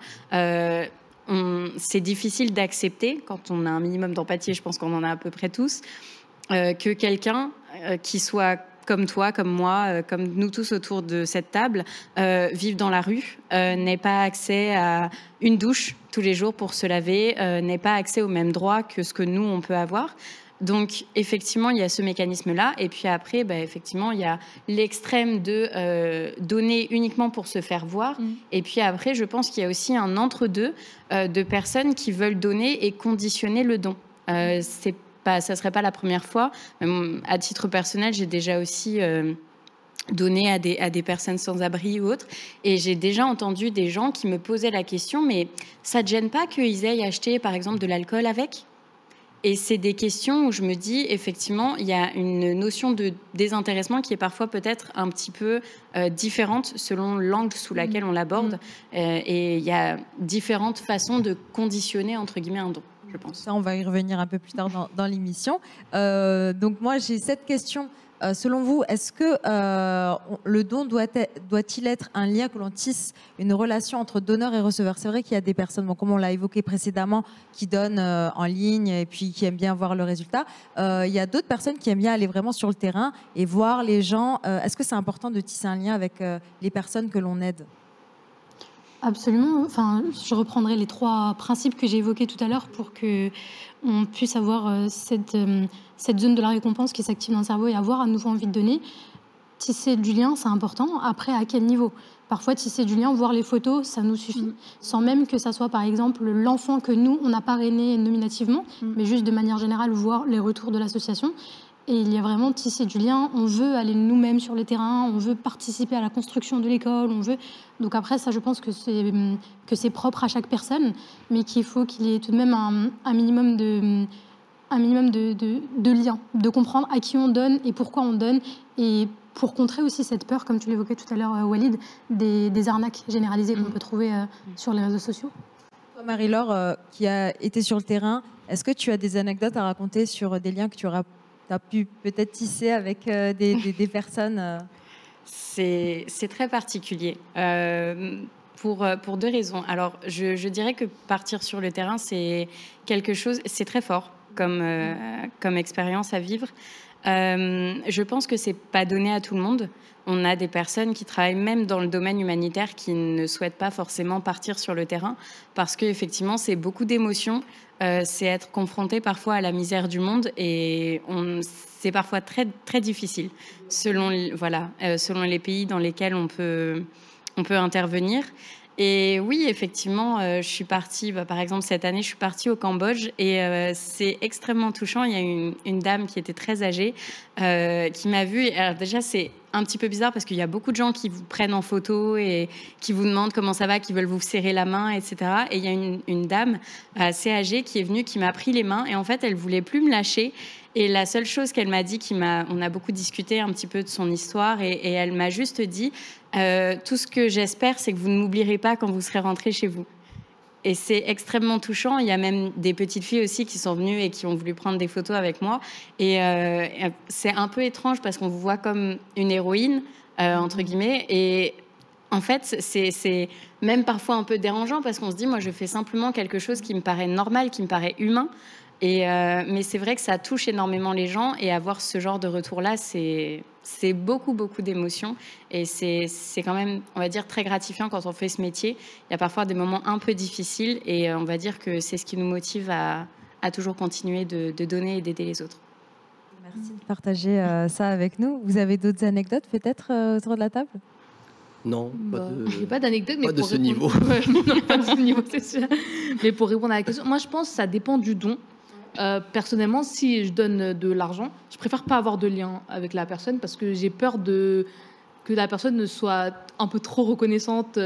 c'est difficile d'accepter, quand on a un minimum d'empathie, je pense qu'on en a à peu près tous, que quelqu'un qui soit comme toi, comme moi, comme nous tous autour de cette table, vivent dans la rue, n'aient pas accès à une douche tous les jours pour se laver, n'aient pas accès aux mêmes droits que ce que nous, on peut avoir. Donc, effectivement, il y a ce mécanisme-là. Et puis après, effectivement, il y a l'extrême de donner uniquement pour se faire voir. Et puis après, je pense qu'il y a aussi un entre-deux de personnes qui veulent donner et conditionner le don. Ça ne serait pas la première fois. À titre personnel, j'ai déjà aussi donné à des personnes sans abri ou autres. Et j'ai déjà entendu des gens qui me posaient la question, mais ça ne te gêne pas qu'ils aillent acheter, par exemple, de l'alcool avec ? Et c'est des questions où je me dis, effectivement, il y a une notion de désintéressement qui est parfois peut-être un petit peu différente selon l'angle sous laquelle on l'aborde. Et il y a différentes façons de conditionner, entre guillemets, un don. Je pense. Ça, on va y revenir un peu plus tard dans l'émission. Donc moi, j'ai cette question. Selon vous, est-ce que le don doit-il être un lien, que l'on tisse une relation entre donneur et receveur? C'est vrai qu'il y a des personnes, comme on l'a évoqué précédemment, qui donnent en ligne et puis qui aiment bien voir le résultat. Il y a d'autres personnes qui aiment bien aller vraiment sur le terrain et voir les gens. Est-ce que c'est important de tisser un lien avec les personnes que l'on aide? Absolument. Enfin, je reprendrai les 3 principes que j'ai évoqués tout à l'heure pour qu'on puisse avoir cette zone de la récompense qui s'active dans le cerveau et avoir à nouveau envie de donner. tisser du lien, c'est important. Après, à quel niveau? Parfois, tisser du lien, voir les photos, ça nous suffit. Sans même que ça soit, par exemple, l'enfant que nous, on n'a pas parrainé nominativement, mais juste de manière générale, voir les retours de l'association. Et il y a vraiment tisser du lien. On veut aller nous-mêmes sur le terrain, on veut participer à la construction de l'école, on veut... Donc après, ça, je pense que c'est propre à chaque personne, mais qu'il faut qu'il y ait tout de même un minimum de lien, de comprendre à qui on donne et pourquoi on donne, et pour contrer aussi cette peur, comme tu l'évoquais tout à l'heure, Walid, des arnaques généralisées qu'on peut trouver sur les réseaux sociaux. Toi, Marie-Laure, qui a été sur le terrain, est-ce que tu as des anecdotes à raconter sur des liens que tu as pu peut-être tisser avec des personnes C'est très particulier. Pour deux raisons. Alors, je dirais que partir sur le terrain, c'est quelque chose, c'est très fort comme expérience à vivre. Je pense que c'est pas donné à tout le monde. On a des personnes qui travaillent même dans le domaine humanitaire qui ne souhaitent pas forcément partir sur le terrain parce qu'effectivement, c'est beaucoup d'émotions. C'est être confronté parfois à la misère du monde et c'est parfois très, très difficile selon les pays dans lesquels on peut intervenir. Et oui, effectivement, je suis partie, par exemple, cette année, je suis partie au Cambodge et c'est extrêmement touchant. Il y a une dame qui était très âgée qui m'a vue. Alors déjà, c'est un petit peu bizarre parce qu'il y a beaucoup de gens qui vous prennent en photo et qui vous demandent comment ça va, qui veulent vous serrer la main, etc. Et il y a une dame assez âgée qui est venue, qui m'a pris les mains et en fait, elle voulait plus me lâcher. Et la seule chose qu'elle m'a dit, on a beaucoup discuté un petit peu de son histoire et elle m'a juste dit tout ce que j'espère, c'est que vous ne m'oublierez pas quand vous serez rentrés chez vous. Et c'est extrêmement touchant. Il y a même des petites filles aussi qui sont venues et qui ont voulu prendre des photos avec moi. Et c'est un peu étrange parce qu'on vous voit comme une héroïne, entre guillemets. Et en fait, c'est même parfois un peu dérangeant parce qu'on se dit, moi, je fais simplement quelque chose qui me paraît normal, qui me paraît humain. Mais c'est vrai que ça touche énormément les gens et avoir ce genre de retour-là, c'est beaucoup, beaucoup d'émotions et c'est quand même, on va dire, très gratifiant quand on fait ce métier. Il y a parfois des moments un peu difficiles et on va dire que c'est ce qui nous motive à toujours continuer de donner et d'aider les autres. Merci de partager ça avec nous. Vous avez d'autres anecdotes peut-être autour de la table ? Non, j'ai pas d'anecdote, mais pas de ce niveau. Non, pas de ce niveau, c'est sûr. Mais pour répondre à la question, moi je pense que ça dépend du don. Personnellement, si je donne de l'argent, je préfère pas avoir de lien avec la personne parce que j'ai peur que la personne ne soit un peu trop reconnaissante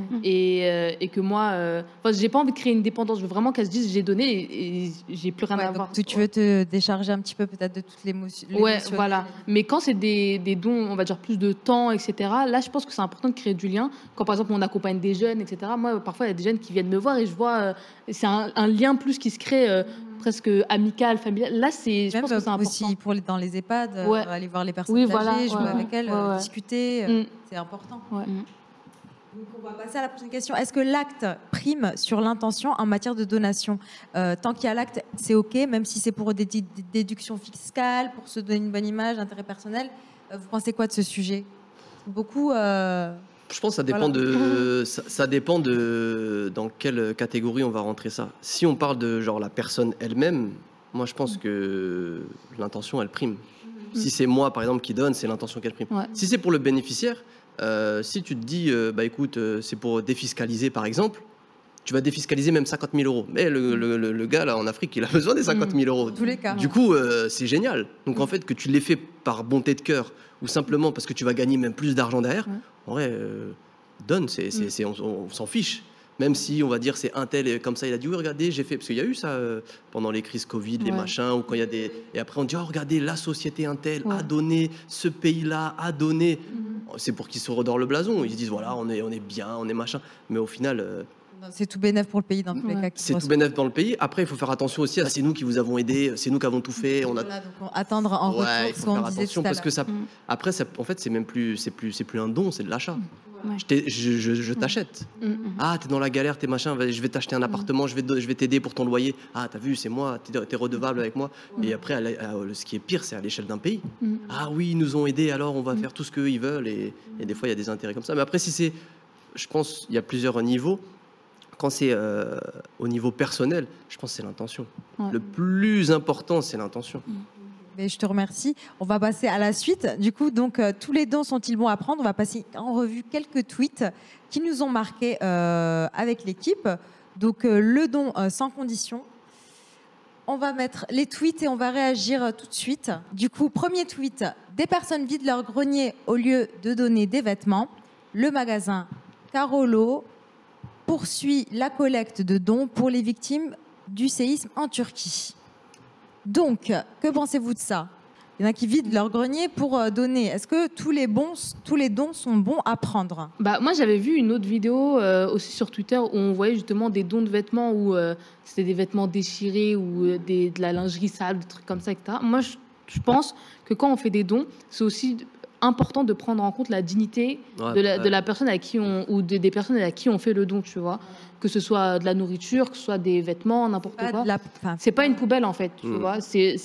et que moi, j'ai pas envie de créer une dépendance. Je veux vraiment qu'elle se dise j'ai donné et j'ai plus rien à voir. Donc, tu veux te décharger un petit peu peut-être de toutes les émotions. Ouais, voilà. Mais quand c'est des dons, on va dire plus de temps, etc. Là, je pense que c'est important de créer du lien. Quand par exemple on accompagne des jeunes, etc. Moi, parfois il y a des jeunes qui viennent me voir et je vois c'est un lien plus qui se crée. Presque amical, familial. Là, je pense que c'est important. Aussi dans les EHPAD, aller voir les personnes âgées, jouer avec elles, discuter, c'est important. Donc on va passer à la prochaine question. Est-ce que l'acte prime sur l'intention en matière de donation ? Tant qu'il y a l'acte, c'est OK, même si c'est pour des déductions fiscales, pour se donner une bonne image, intérêt personnel. Vous pensez quoi de ce sujet ? Beaucoup... Je pense que ça dépend de dans quelle catégorie on va rentrer ça. Si on parle de genre la personne elle-même, moi je pense que l'intention elle prime. Si c'est moi par exemple qui donne, c'est l'intention qu'elle prime. Si c'est pour le bénéficiaire, si tu te dis écoute c'est pour défiscaliser par exemple, tu vas défiscaliser même 50 000 euros. Mais le gars là en Afrique, il a besoin des 50 000 euros. Tous les cas. Du coup, c'est génial. Donc en fait, que tu l'aies fait par bonté de cœur ou simplement parce que tu vas gagner même plus d'argent derrière, en vrai, donne, on s'en fiche. Même si on va dire c'est un tel et comme ça il a dit oui regardez j'ai fait parce qu'il y a eu ça pendant les crises Covid les machins ou quand il y a des et après on dit oh regardez la société un tel a donné ce pays-là a donné c'est pour qu'ils se redorent le blason, ils se disent voilà on est bien on est machin mais au final c'est tout bénef pour le pays dans tous les cas. C'est tout bénef dans le pays. Après, il faut faire attention aussi. C'est nous qui vous avons aidé. C'est nous qui avons tout fait. Donc attendre en retour. Il faut faire attention parce que ça. Après, en fait, c'est même plus. C'est plus un don, c'est de l'achat. Je t'achète. Ah, t'es dans la galère, t'es machin. Je vais t'acheter un appartement. Je vais t'aider pour ton loyer. Ah, t'as vu, c'est moi. T'es redevable avec moi. Et après, ce qui est pire, c'est à l'échelle d'un pays. Ah oui, ils nous ont aidés. Alors, on va faire tout ce qu'eux ils veulent. Et des fois, il y a des intérêts comme ça. Mais après, si c'est, je pense, il y a plusieurs niveaux. Quand c'est au niveau personnel, je pense que c'est l'intention. Le plus important, c'est l'intention. Mais je te remercie. On va passer à la suite. Du coup, donc, tous les dons sont-ils bons à prendre? On va passer en revue quelques tweets qui nous ont marqués avec l'équipe. Donc, le don sans condition. On va mettre les tweets et on va réagir tout de suite. Du coup, premier tweet. Des personnes vident leur grenier au lieu de donner des vêtements. Le magasin Carolo poursuit la collecte de dons pour les victimes du séisme en Turquie. Donc, que pensez-vous de ça? Il y en a qui vident leur grenier pour donner. Est-ce que tous les dons sont bons à prendre? Moi, j'avais vu une autre vidéo aussi sur Twitter où on voyait justement des dons de vêtements où c'était des vêtements déchirés ou de la lingerie sale, des trucs comme ça, etc. Moi, je pense que quand on fait des dons, c'est aussi important de prendre en compte la dignité de la personne à qui ou des personnes à qui on fait le don, tu vois. Que ce soit de la nourriture, que ce soit des vêtements, n'importe quoi. C'est pas une poubelle, en fait, tu vois.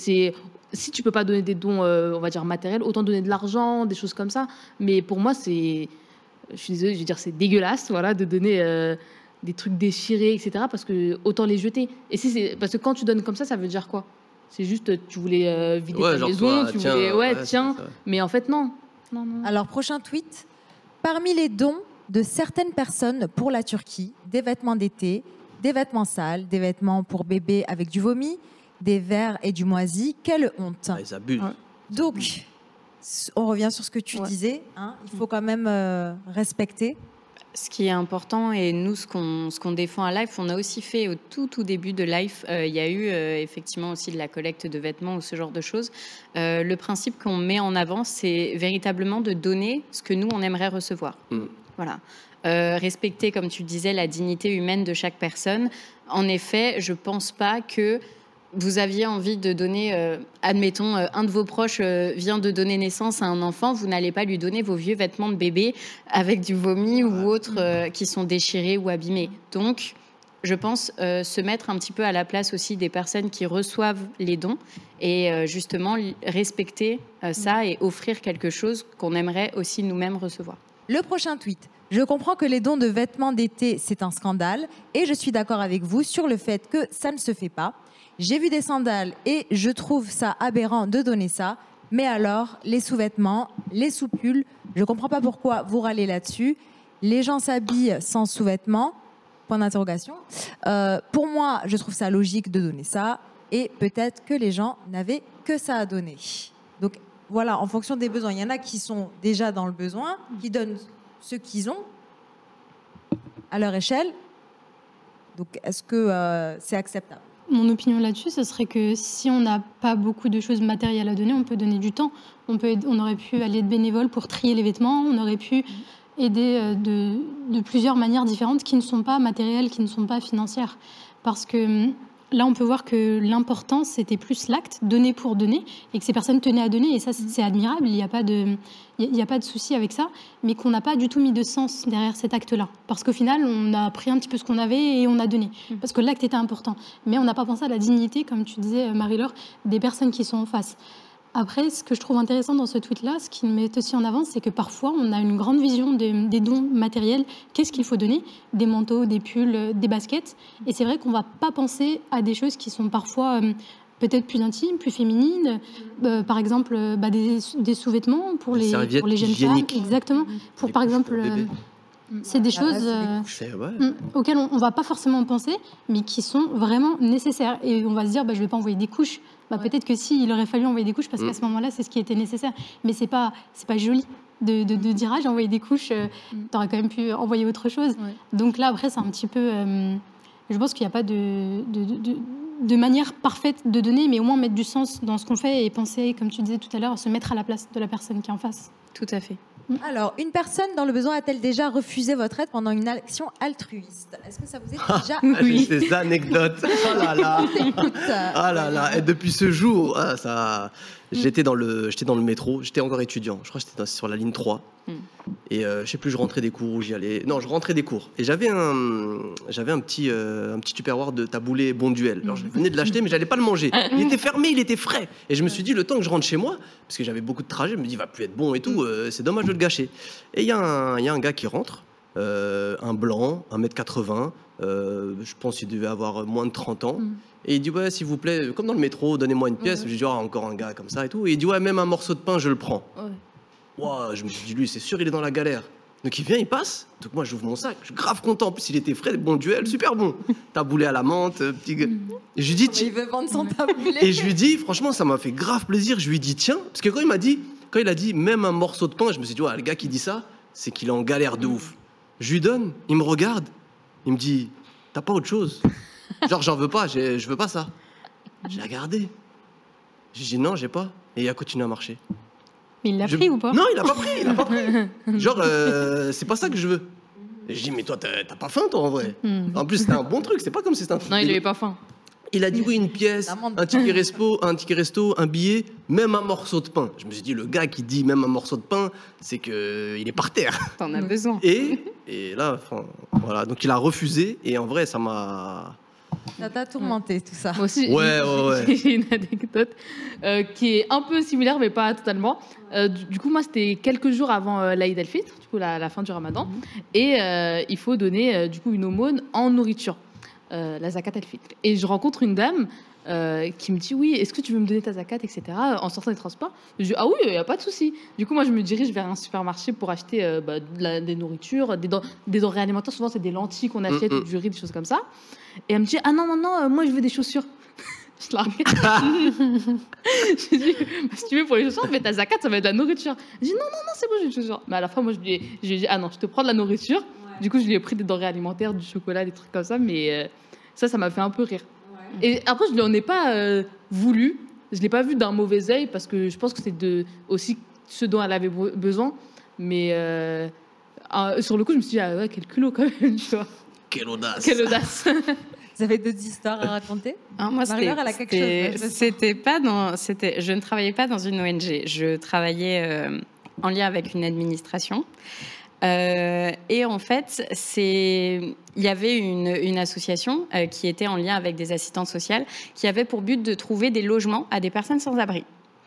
Si tu peux pas donner des dons, on va dire matériels, autant donner de l'argent, des choses comme ça. Mais pour moi, je suis désolée, je veux dire, c'est dégueulasse, voilà, de donner des trucs déchirés, etc. Parce que autant les jeter. Et parce que quand tu donnes comme ça veut dire quoi? C'est juste, tu voulais vider ta maison, tu voulais, tiens. Mais en fait, non. Alors, prochain tweet. Parmi les dons de certaines personnes pour la Turquie, des vêtements d'été, des vêtements sales, des vêtements pour bébés avec du vomi, des verres et du moisi. Quelle honte. Ils abusent. Donc, on revient sur ce que tu disais. Il faut quand même respecter. Ce qui est important, et nous, ce qu'on défend à Life, on a aussi fait au tout début de Life, il y a eu effectivement aussi de la collecte de vêtements ou ce genre de choses. Le principe qu'on met en avant, c'est véritablement de donner ce que nous, on aimerait recevoir. Voilà. Respecter, comme tu disais, la dignité humaine de chaque personne. En effet, je ne pense pas que vous aviez envie de donner, admettons, un de vos proches vient de donner naissance à un enfant, vous n'allez pas lui donner vos vieux vêtements de bébé avec du vomi ou autres qui sont déchirés ou abîmés. Donc, je pense se mettre un petit peu à la place aussi des personnes qui reçoivent les dons et justement respecter ça et offrir quelque chose qu'on aimerait aussi nous-mêmes recevoir. Le prochain tweet. Je comprends que les dons de vêtements d'été, c'est un scandale et je suis d'accord avec vous sur le fait que ça ne se fait pas. J'ai vu des sandales et je trouve ça aberrant de donner ça. Mais alors, les sous-vêtements, les sous-pulls, je ne comprends pas pourquoi vous râlez là-dessus. Les gens s'habillent sans sous-vêtements, point d'interrogation. Pour moi, je trouve ça logique de donner ça. Et peut-être que les gens n'avaient que ça à donner. Donc voilà, en fonction des besoins. Il y en a qui sont déjà dans le besoin, qui donnent ce qu'ils ont à leur échelle. Donc est-ce que c'est acceptable ? Mon opinion là-dessus, ce serait que si on n'a pas beaucoup de choses matérielles à donner, on peut donner du temps. On aurait pu aller de bénévole pour trier les vêtements, on aurait pu aider de plusieurs manières différentes qui ne sont pas matérielles, qui ne sont pas financières. Parce que là, on peut voir que l'important, c'était plus l'acte, donner pour donner, et que ces personnes tenaient à donner, et ça, c'est admirable, il n'y a pas de souci avec ça, mais qu'on n'a pas du tout mis de sens derrière cet acte-là. Parce qu'au final, on a pris un petit peu ce qu'on avait et on a donné. Parce que l'acte était important. Mais on n'a pas pensé à la dignité, comme tu disais, Marie-Laure, des personnes qui sont en face. Après, ce que je trouve intéressant dans ce tweet-là, ce qui me met aussi en avant, c'est que parfois, on a une grande vision des dons matériels. Qu'est-ce qu'il faut donner ? Des manteaux, des pulls, des baskets. Et c'est vrai qu'on ne va pas penser à des choses qui sont parfois peut-être plus intimes, plus féminines. Par exemple, des sous-vêtements pour les jeunes femmes. Exactement. Pour, par exemple... c'est des choses auxquelles on ne va pas forcément penser, mais qui sont vraiment nécessaires. Et on va se dire, je ne vais pas envoyer des couches. Peut-être que si, il aurait fallu envoyer des couches, parce qu'à ce moment-là, c'est ce qui était nécessaire. Mais ce n'est pas joli de dire, j'ai envoyé des couches, tu aurais quand même pu envoyer autre chose. Donc là, après, c'est un petit peu... je pense qu'il n'y a pas de manière parfaite de donner, mais au moins mettre du sens dans ce qu'on fait et penser, comme tu disais tout à l'heure, se mettre à la place de la personne qui est en face. Tout à fait. Alors, une personne dans le besoin a-t-elle déjà refusé votre aide pendant une action altruiste ? Est-ce que ça vous est déjà oui. Ces anecdotes. Oh là là. Ah là là. Et depuis ce jour, j'étais dans le métro. J'étais encore étudiant. Je crois que j'étais sur la ligne 3. Et je sais plus, je rentrais des cours où j'y allais. Non, je rentrais des cours. Et j'avais un petit Tupperware de taboulé Bon Duel. Alors, je venais de l'acheter, mais j'allais pas le manger. Il était fermé, il était frais. Et je me suis dit, le temps que je rentre chez moi, parce que j'avais beaucoup de trajets, je me dis, il va plus être bon et tout. C'est dommage de le gâcher. Et il y a un gars qui rentre. un blanc, 1m80, je pense qu'il devait avoir moins de 30 ans. Et il dit, ouais, s'il vous plaît, comme dans le métro, donnez-moi une pièce. J'ai dit, encore un gars comme ça et tout. Et il dit, ouais, même un morceau de pain, je le prends. Wow, je me suis dit, lui, c'est sûr, il est dans la galère. Donc il vient, il passe. Donc moi, j'ouvre mon sac. Je suis grave content. En plus, il était frais, bon duel, super bon. Taboulé à la menthe, petit gars. Et je lui dis, il veut vendre son taboulé. Et je lui dis, franchement, ça m'a fait grave plaisir. Je lui dis, tiens, parce que quand il a dit même un morceau de pain, je me suis dit, ouais, le gars qui dit ça, c'est qu'il est en galère de ouf. Je lui donne, il me regarde, il me dit, t'as pas autre chose? Genre, j'en veux pas, je veux pas ça. J'ai regardé. J'ai dit, non, j'ai pas. Et il a continué à marcher. Mais il l'a pris ou pas? Non, il a pas pris. Genre, c'est pas ça que je veux. Et je dis, mais toi, t'as pas faim, toi, en vrai. En plus, c'était un bon truc, c'est pas comme si c'était un truc. Non, il avait pas faim. Il a dit oui, une pièce, un ticket resto, un billet, même un morceau de pain. Je me suis dit, le gars qui dit même un morceau de pain, c'est qu'il est par terre. T'en as besoin. Et là, voilà, donc il a refusé. Et en vrai, ça m'a... Ça t'a tourmenté, tout ça. Moi aussi, Ouais. j'ai une anecdote qui est un peu similaire, mais pas totalement. Du coup, moi, c'était quelques jours avant l'Aïd el-Fitr, du coup, la fin du Ramadan. Et il faut donner, du coup, une aumône en nourriture. La zakat el-fitr. Et je rencontre une dame qui me dit, oui, est-ce que tu veux me donner ta zakat, etc. en sortant des transports. Je dis, ah oui, il n'y a pas de souci. Du coup, moi, je me dirige vers un supermarché pour acheter des nourritures, des denrées alimentaires. Souvent, c'est des lentilles qu'on achète, ou du riz, des choses comme ça. Et elle me dit, ah non, moi, je veux des chaussures. Je la regarde. Je dis, si tu veux pour les chaussures, mais ta zakat, ça va être de la nourriture. Je dis, non, c'est bon, j'ai des chaussures. Mais à la fin, moi, je lui ai dit, ah non, je te prends de la nourriture. Du coup, je lui ai pris des denrées alimentaires, du chocolat, des trucs comme ça, mais ça m'a fait un peu rire. Et après, je ne lui en ai pas voulu. Je ne l'ai pas vu d'un mauvais œil parce que je pense que c'est aussi ce dont elle avait besoin. Mais sur le coup, je me suis dit, ah ouais, quel culot quand même, tu vois. Quelle audace. Quelle audace. Vous avez d'autres histoires à raconter? Moi, Marie-Laure, elle a quelque chose. Je ne travaillais pas dans une ONG. Je travaillais en lien avec une administration. Et en fait, il y avait une association qui était en lien avec des assistantes sociales qui avait pour but de trouver des logements à des personnes sans abri.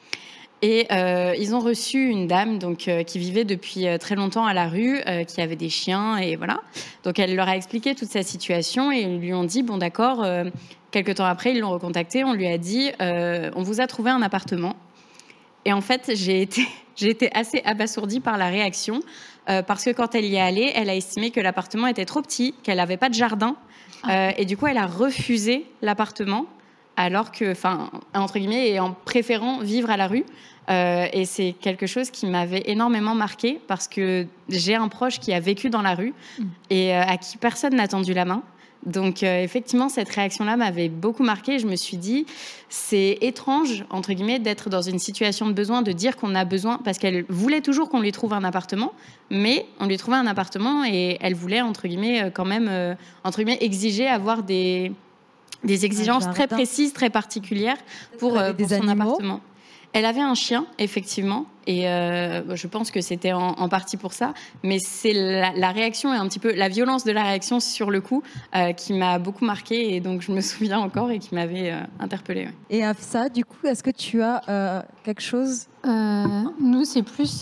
Et ils ont reçu une dame qui vivait depuis très longtemps à la rue, qui avait des chiens, et voilà. Donc elle leur a expliqué toute sa situation et ils lui ont dit, bon d'accord, quelques temps après, ils l'ont recontactée, on lui a dit, on vous a trouvé un appartement. Et en fait, j'ai été assez abasourdie par la réaction, parce que quand elle y est allée, elle a estimé que l'appartement était trop petit, qu'elle n'avait pas de jardin, et du coup, elle a refusé l'appartement, alors que, entre guillemets, et en préférant vivre à la rue. Et c'est quelque chose qui m'avait énormément marquée, parce que j'ai un proche qui a vécu dans la rue et à qui personne n'a tendu la main. Donc effectivement, cette réaction-là m'avait beaucoup marquée. Je me suis dit, c'est étrange, entre guillemets, d'être dans une situation de besoin, de dire qu'on a besoin, parce qu'elle voulait toujours qu'on lui trouve un appartement, mais on lui trouvait un appartement et elle voulait, entre guillemets, quand même, entre guillemets, exiger avoir des exigences très précises, très particulières pour son appartement. Elle avait un chien, effectivement, et je pense que c'était en partie pour ça, mais c'est la réaction et un petit peu la violence de la réaction sur le coup qui m'a beaucoup marquée, et donc je me souviens encore et qui m'avait interpellée. Ouais. Et Afsa, du coup, est-ce que tu as quelque chose? Nous, c'est plus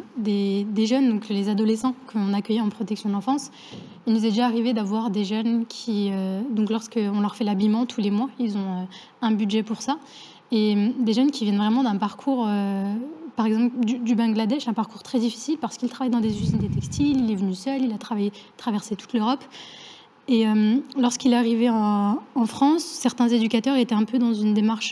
des jeunes, donc les adolescents qu'on accueillait en protection de l'enfance. Il nous est déjà arrivé d'avoir des jeunes qui, donc lorsqu'on leur fait l'habillement tous les mois, ils ont un budget pour ça. Et des jeunes qui viennent vraiment d'un parcours, par exemple du Bangladesh, un parcours très difficile parce qu'il travaille dans des usines de textiles, il est venu seul, il a traversé toute l'Europe. Et lorsqu'il est arrivé en France, certains éducateurs étaient un peu dans une démarche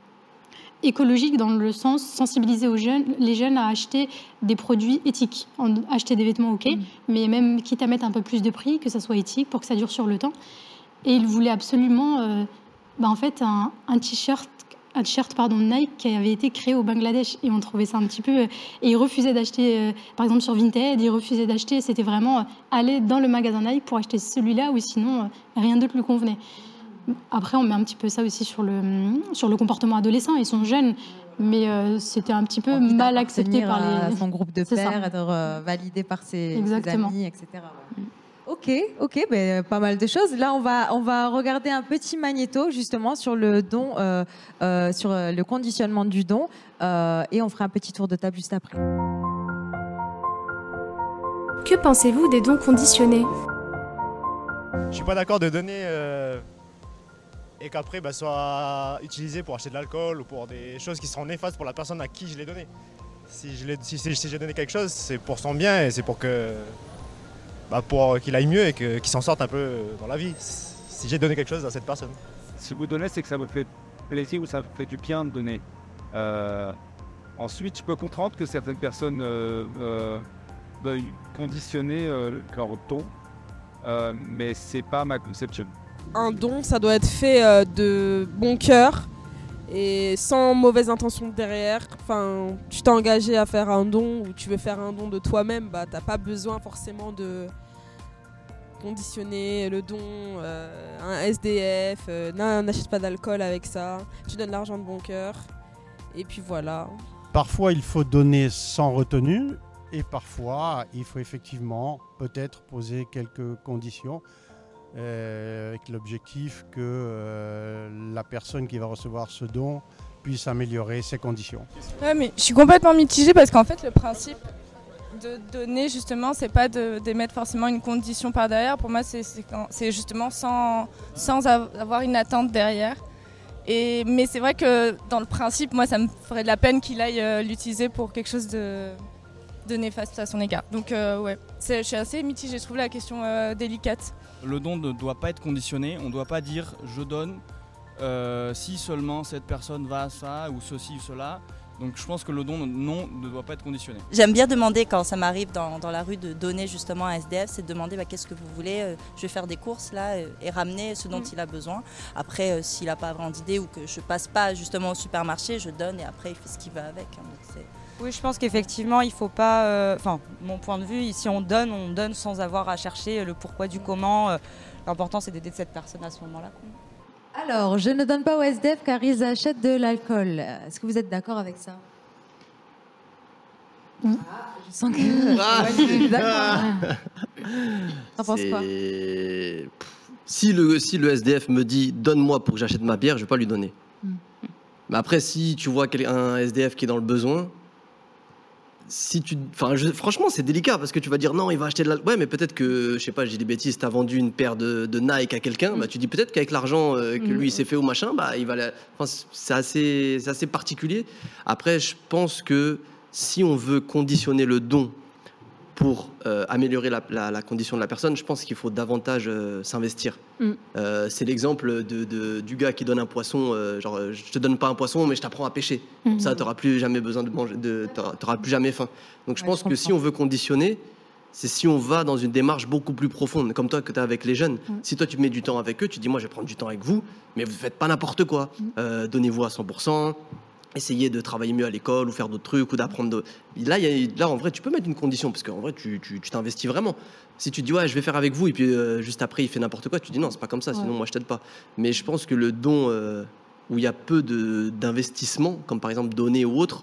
écologique, dans le sens sensibiliser les jeunes à acheter des produits éthiques, acheter des vêtements, ok, mais même quitte à mettre un peu plus de prix, que ça soit éthique pour que ça dure sur le temps. Et ils voulaient absolument, en fait, un t-shirt Nike qui avait été créé au Bangladesh, et on trouvait ça un petit peu... Et ils refusaient d'acheter, par exemple sur Vinted, ils refusaient d'acheter, c'était vraiment aller dans le magasin Nike pour acheter celui-là, ou sinon rien d'autre lui convenait. Après, on met un petit peu ça aussi sur le comportement adolescent, ils sont jeunes, mais c'était un petit peu mal accepté par son groupe de pairs, être validé par ses amis, etc. Ouais. Ok, ben, pas mal de choses. Là, on va regarder un petit magnéto justement sur le don, sur le conditionnement du don, et on fera un petit tour de table juste après. Que pensez-vous des dons conditionnés ? Je suis pas d'accord de donner et qu'après soit utilisé pour acheter de l'alcool ou pour des choses qui seront néfastes pour la personne à qui je l'ai donné. Si j'ai donné quelque chose, c'est pour son bien et c'est pour qu'il aille mieux et qu'il s'en sorte un peu dans la vie. Si j'ai donné quelque chose à cette personne. Si vous donnez, c'est que ça me fait plaisir ou ça me fait du bien de donner. Ensuite, je peux comprendre que certaines personnes veuillent conditionner leur don, mais c'est pas ma conception. Un don, ça doit être fait de bon cœur et sans mauvaise intention derrière. Enfin, tu t'es engagé à faire un don ou tu veux faire un don de toi-même, t'as pas besoin forcément de conditionner le don. Un SDF, n'achète pas d'alcool avec ça. Tu donnes l'argent de bon cœur et puis voilà. Parfois, il faut donner sans retenue et parfois, il faut effectivement peut-être poser quelques conditions avec l'objectif que la personne qui va recevoir ce don puisse améliorer ses conditions. Ouais, mais je suis complètement mitigée parce qu'en fait, le principe de donner, justement, c'est pas d'émettre forcément une condition par derrière. Pour moi, c'est justement sans avoir une attente derrière. Mais c'est vrai que dans le principe, moi, ça me ferait de la peine qu'il aille l'utiliser pour quelque chose de néfaste à son égard. Donc, ouais, je suis assez mitigée. Je trouve la question délicate. Le don ne doit pas être conditionné. On ne doit pas dire « je donne si seulement cette personne va à ça ou ceci ou cela ». Donc je pense que le don ne doit pas être conditionné. J'aime bien demander quand ça m'arrive dans la rue de donner justement à un SDF, c'est de demander qu'est-ce que vous voulez, je vais faire des courses là et ramener ce dont il a besoin. Après s'il n'a pas vraiment d'idée ou que je passe pas justement au supermarché, je donne et après il fait ce qu'il veut avec. Oui, je pense qu'effectivement il faut pas, mon point de vue, si on donne sans avoir à chercher le pourquoi du comment. L'important c'est d'aider cette personne à ce moment-là. Alors, je ne donne pas aux SDF car ils achètent de l'alcool. Est-ce que vous êtes d'accord avec ça ? Je sens que... D'accord. T'en penses quoi ? Si le SDF me dit « donne-moi pour que j'achète ma bière », je ne vais pas lui donner. Mais après, si tu vois un SDF qui est dans le besoin... franchement, c'est délicat parce que tu vas dire non, il va acheter de l'alcool. Ouais, mais peut-être que, je sais pas, j'ai des bêtises, t'as vendu une paire de Nike à quelqu'un, tu dis peut-être qu'avec l'argent que lui il s'est fait au machin, il va. C'est assez particulier. Après, je pense que si on veut conditionner le don pour améliorer la condition de la personne, je pense qu'il faut davantage s'investir. C'est l'exemple du gars qui donne un poisson, genre je te donne pas un poisson mais je t'apprends à pêcher. Comme ça, t'auras plus jamais besoin de manger, t'auras plus jamais faim. Donc je pense que si on veut conditionner, c'est si on va dans une démarche beaucoup plus profonde, comme toi que tu as avec les jeunes. Si toi tu mets du temps avec eux, tu dis moi je vais prendre du temps avec vous, mais vous faites pas n'importe quoi. Donnez-vous à 100%. Essayer de travailler mieux à l'école ou faire d'autres trucs ou d'apprendre. Là, en vrai, tu peux mettre une condition parce qu'en vrai, tu t'investis vraiment. Si tu dis ouais, je vais faire avec vous et puis juste après il fait n'importe quoi, tu dis non, c'est pas comme ça. Sinon, moi, je t'aide pas. Mais je pense que le don où il y a peu d'investissement, comme par exemple donner ou autre,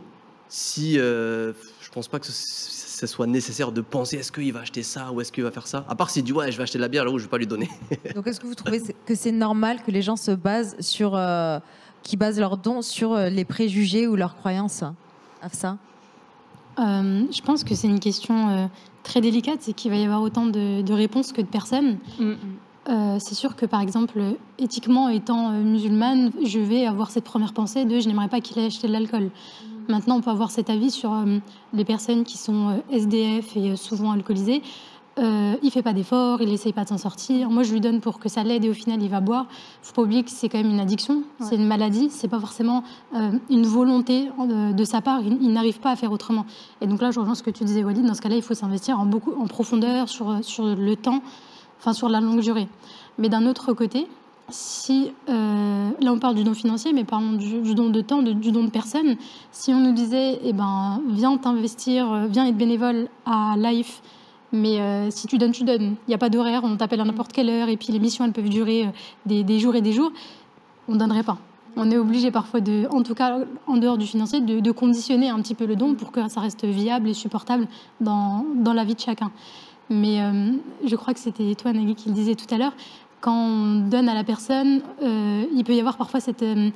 je pense pas que ce soit nécessaire de penser est-ce qu'il va acheter ça ou est-ce qu'il va faire ça. À part s'il dit ouais, je vais acheter de la bière là où je vais pas lui donner. Donc, est-ce que vous trouvez que c'est normal que les gens se basent sur qui basent leurs dons sur les préjugés ou leurs croyances, Hafsa ? Je pense que c'est une question très délicate, c'est qu'il va y avoir autant de réponses que de personnes. C'est sûr que, par exemple, éthiquement, étant musulmane, je vais avoir cette première pensée de « je n'aimerais pas qu'il ait acheté de l'alcool ». Maintenant, on peut avoir cet avis sur les personnes qui sont SDF et souvent alcoolisées. Il fait pas d'efforts, il essaye pas de s'en sortir. Moi, je lui donne pour que ça l'aide et au final, il va boire. Faut pas oublier que c'est quand même une addiction, c'est une maladie, c'est pas forcément une volonté de sa part. Il n'arrive pas à faire autrement. Et donc là, je rejoins ce que tu disais, Walid. Dans ce cas-là, il faut s'investir en profondeur sur le temps, enfin sur la longue durée. Mais d'un autre côté, si là on parle du don financier, mais parlons du don de temps, du don de personne. Si on nous disait, viens t'investir, viens être bénévole à Life. Mais si tu donnes, tu donnes. Il n'y a pas d'horaire, on t'appelle à n'importe quelle heure, et puis les missions, elles peuvent durer des jours et des jours. On ne donnerait pas. On est obligé parfois, en tout cas en dehors du financier, de conditionner un petit peu le don pour que ça reste viable et supportable dans la vie de chacun. Mais je crois que c'était toi, Nagui, qui le disais tout à l'heure. Quand on donne à la personne, il peut y avoir parfois cette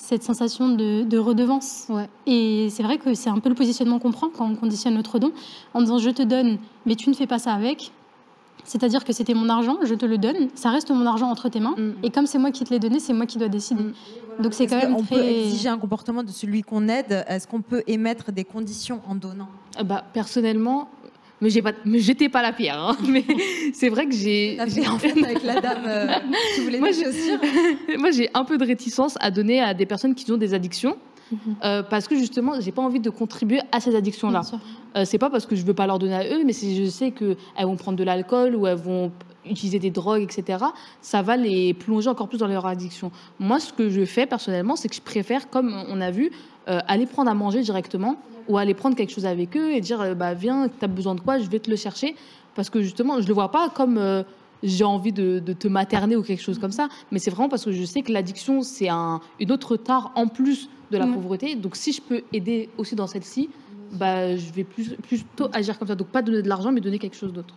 cette sensation de redevance. Et c'est vrai que c'est un peu le positionnement qu'on prend quand on conditionne notre don, en disant je te donne, mais tu ne fais pas ça avec. C'est-à-dire que c'était mon argent, je te le donne, ça reste mon argent entre tes mains, et comme c'est moi qui te l'ai donné, c'est moi qui dois décider. Donc c'est quand même On peut exiger un comportement de celui qu'on aide. Est-ce qu'on peut émettre des conditions en donnant? Personnellement, me jetez pas la pierre, hein. Mais c'est vrai que j'ai fait en fait avec la dame qui voulait des chaussures. Moi, j'ai un peu de réticence à donner à des personnes qui ont des addictions. Parce que justement, j'ai pas envie de contribuer à ces addictions-là. C'est pas parce que je veux pas leur donner à eux, mais si je sais qu'elles vont prendre de l'alcool ou elles vont utiliser des drogues, etc., ça va les plonger encore plus dans leur addiction. Moi, ce que je fais personnellement, c'est que je préfère, comme on a vu, aller prendre à manger directement ou aller prendre quelque chose avec eux et dire viens, tu as besoin de quoi, je vais te le chercher. Parce que justement, je le vois pas comme j'ai envie de te materner ou quelque chose comme ça, mais c'est vraiment parce que je sais que l'addiction, c'est une autre tare en plus de la pauvreté. Donc si je peux aider aussi dans celle-ci, je vais plutôt agir comme ça. Donc pas donner de l'argent, mais donner quelque chose d'autre.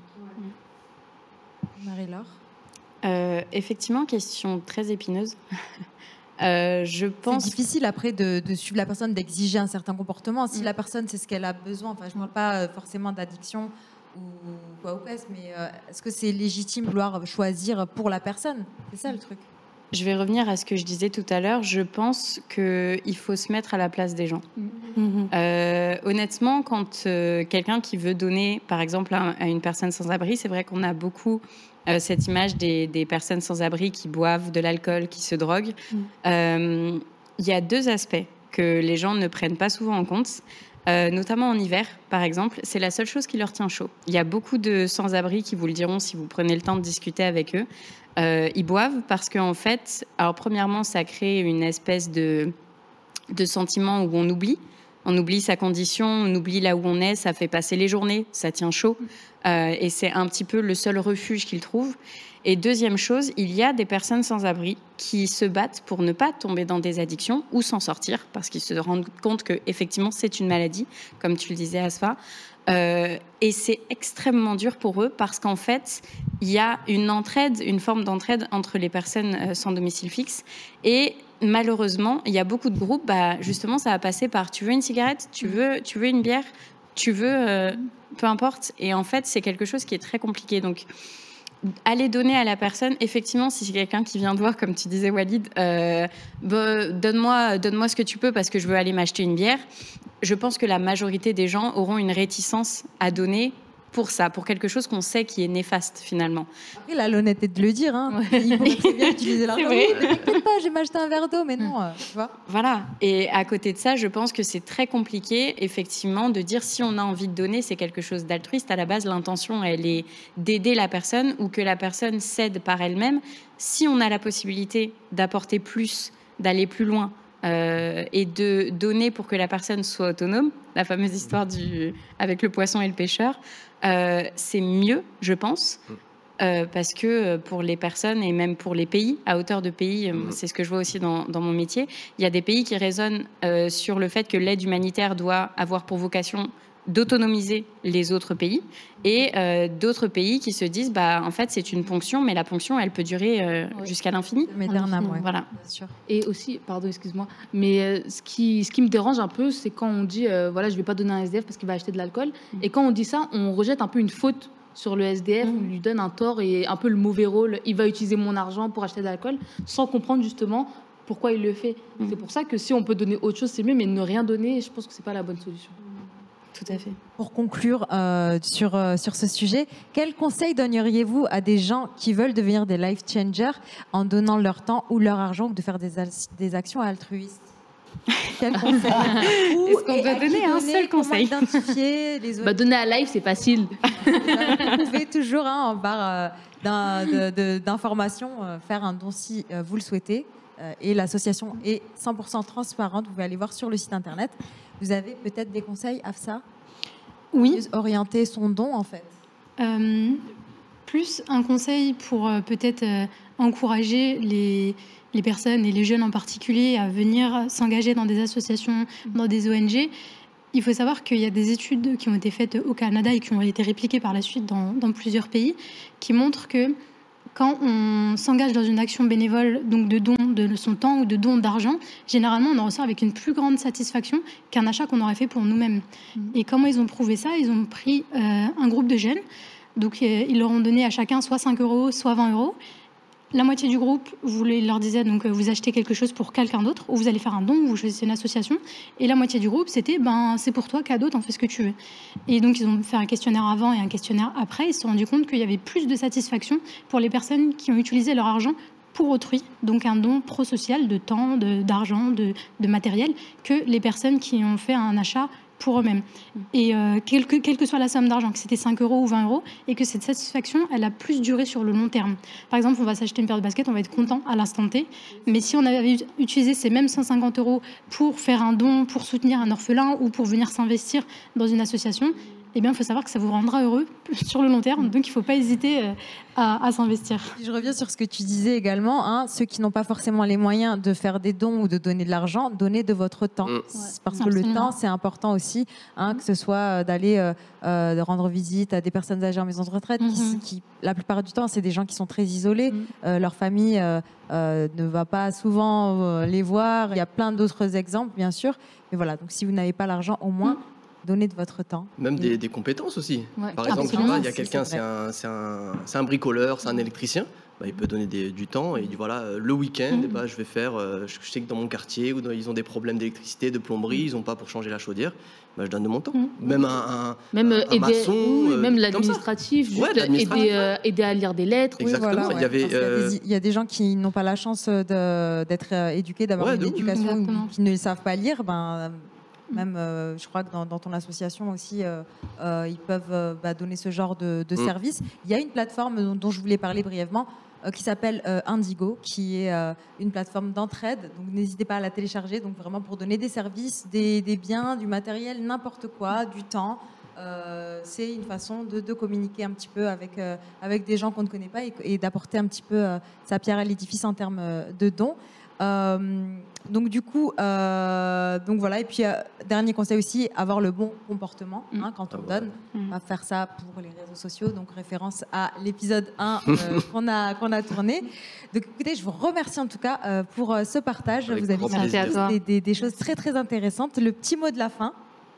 Marie-Laure? Effectivement, question très épineuse. Je pense... C'est difficile après de suivre la personne, d'exiger un certain comportement. Si la personne sait ce qu'elle a besoin, enfin je ne parle pas forcément d'addiction ou quoi ou presque, mais est-ce que c'est légitime de vouloir choisir pour la personne? C'est ça le truc. Je vais revenir à ce que je disais tout à l'heure. Je pense qu'il faut se mettre à la place des gens. Honnêtement, quand quelqu'un qui veut donner, par exemple, à une personne sans abri, c'est vrai qu'on a beaucoup cette image des personnes sans abri qui boivent de l'alcool, qui se droguent. Il y a deux aspects que les gens ne prennent pas souvent en compte. Notamment en hiver, par exemple, c'est la seule chose qui leur tient chaud. Il y a beaucoup de sans-abri qui vous le diront si vous prenez le temps de discuter avec eux. Ils boivent parce qu'en fait, alors premièrement, ça crée une espèce de sentiment où on oublie sa condition, on oublie là où on est, ça fait passer les journées, ça tient chaud, et c'est un petit peu le seul refuge qu'ils trouvent. Et deuxième chose, il y a des personnes sans abri qui se battent pour ne pas tomber dans des addictions ou s'en sortir parce qu'ils se rendent compte que effectivement c'est une maladie, comme tu le disais Asfa. Et c'est extrêmement dur pour eux parce qu'en fait, il y a une forme d'entraide entre les personnes sans domicile fixe. Et malheureusement, il y a beaucoup de groupes, justement, ça va passer par tu veux une cigarette, tu veux une bière, tu veux, peu importe. Et en fait, c'est quelque chose qui est très compliqué. Donc, aller donner à la personne, effectivement, si c'est quelqu'un qui vient de voir, comme tu disais Walid, donne-moi ce que tu peux parce que je veux aller m'acheter une bière. Je pense que la majorité des gens auront une réticence à donner pour ça, pour quelque chose qu'on sait qui est néfaste finalement. Il a l'honnêteté de le dire. Il pourrait très bien utiliser l'argent. Oui, ne t'inquiète pas, je vais m'acheter un verre d'eau, mais non, tu vois. Voilà. Et à côté de ça, je pense que c'est très compliqué, effectivement, de dire si on a envie de donner, c'est quelque chose d'altruiste. À la base, l'intention, elle est d'aider la personne ou que la personne cède par elle-même. Si on a la possibilité d'apporter plus, d'aller plus loin, et de donner pour que la personne soit autonome, la fameuse histoire avec le poisson et le pêcheur, c'est mieux, je pense, parce que pour les personnes et même pour les pays, à hauteur de pays, c'est ce que je vois aussi dans mon métier, il y a des pays qui raisonnent sur le fait que l'aide humanitaire doit avoir pour vocation d'autonomiser les autres pays et d'autres pays qui se disent en fait c'est une ponction mais la ponction elle peut durer jusqu'à l'infini. Voilà. Et aussi, pardon, excuse-moi, mais ce qui me dérange un peu, c'est quand on dit voilà, je vais pas donner un SDF parce qu'il va acheter de l'alcool, et quand on dit ça, on rejette un peu une faute sur le SDF, on lui donne un tort et un peu le mauvais rôle, il va utiliser mon argent pour acheter de l'alcool sans comprendre justement pourquoi il le fait. C'est pour ça que si on peut donner autre chose, c'est mieux, mais ne rien donner, je pense que c'est pas la bonne solution. Tout à fait. Pour conclure sur ce sujet, quels conseils donneriez-vous à des gens qui veulent devenir des life changers en donnant leur temps ou leur argent ou de faire des actions altruistes? Quel conseil? Est-ce qu'on doit donner un seul conseil? Comment identifier les autres? Donner à life, c'est facile. Vous pouvez toujours, en barre d'informations, faire un don si vous le souhaitez. Et l'association est 100% transparente. Vous pouvez aller voir sur le site internet. Vous avez peut-être des conseils, Afsa? Oui. Orienter son don, en fait. Plus un conseil pour peut-être encourager les personnes et les jeunes en particulier à venir s'engager dans des associations, dans des ONG. Il faut savoir qu'il y a des études qui ont été faites au Canada et qui ont été répliquées par la suite dans plusieurs pays qui montrent que quand on s'engage dans une action bénévole, donc de don de son temps ou de don d'argent, généralement, on en ressort avec une plus grande satisfaction qu'un achat qu'on aurait fait pour nous-mêmes. Et comment ils ont prouvé ça? Ils ont pris un groupe de jeunes, donc ils leur ont donné à chacun soit 5 €, soit 20 €. La moitié du groupe, ils leur disaient donc vous achetez quelque chose pour quelqu'un d'autre, ou vous allez faire un don, ou vous choisissez une association. Et la moitié du groupe, c'était c'est pour toi, cadeau, t'en fais ce que tu veux. Et donc ils ont fait un questionnaire avant et un questionnaire après. Ils se sont rendus compte qu'il y avait plus de satisfaction pour les personnes qui ont utilisé leur argent pour autrui, donc un don pro-social de temps, d'argent, de matériel, que les personnes qui ont fait un achat pour eux-mêmes. Et quelle que soit la somme d'argent, que c'était 5 € ou 20 €, et que cette satisfaction, elle a plus duré sur le long terme. Par exemple, on va s'acheter une paire de baskets, on va être content à l'instant T, mais si on avait utilisé ces mêmes 150 € pour faire un don, pour soutenir un orphelin ou pour venir s'investir dans une association, eh bien, il faut savoir que ça vous rendra heureux sur le long terme. Donc, il ne faut pas hésiter à s'investir. Je reviens sur ce que tu disais également. Ceux qui n'ont pas forcément les moyens de faire des dons ou de donner de l'argent, donnez de votre temps. Parce que le temps, c'est important aussi, que ce soit d'aller de rendre visite à des personnes âgées en maison de retraite, qui la plupart du temps, c'est des gens qui sont très isolés. Leur famille ne va pas souvent les voir. Il y a plein d'autres exemples, bien sûr. Mais voilà, donc si vous n'avez pas l'argent, au moins... Donnez de votre temps. Même des compétences aussi. Ouais. Par exemple, il y a quelqu'un, c'est un bricoleur, c'est un électricien. Il peut donner du temps et il dit voilà, le week-end, je vais faire. Je sais que dans mon quartier, où ils ont des problèmes d'électricité, de plomberie, ils n'ont pas pour changer la chaudière. Je donne de mon temps. Même un maçon. Même l'administratif, aider à lire des lettres. Exactement. Il y a des gens qui n'ont pas la chance d'être éduqués, d'avoir une éducation, qui ne savent pas lire. Même, je crois que dans ton association aussi, ils peuvent donner ce genre de service. Il y a une plateforme dont je voulais parler brièvement qui s'appelle Indigo, qui est une plateforme d'entraide. Donc n'hésitez pas à la télécharger. Donc vraiment pour donner des services, des biens, du matériel, n'importe quoi, du temps. C'est une façon de communiquer un petit peu avec des gens qu'on ne connaît pas et d'apporter un petit peu sa pierre à l'édifice en termes de dons. Donc du coup, donc voilà. Et puis dernier conseil aussi, avoir le bon comportement quand on donne. On va faire ça pour les réseaux sociaux, donc référence à l'épisode 1 qu'on a tourné. Donc écoutez, je vous remercie en tout cas pour ce partage. Vous avez dit des choses très très intéressantes. Le petit mot de la fin.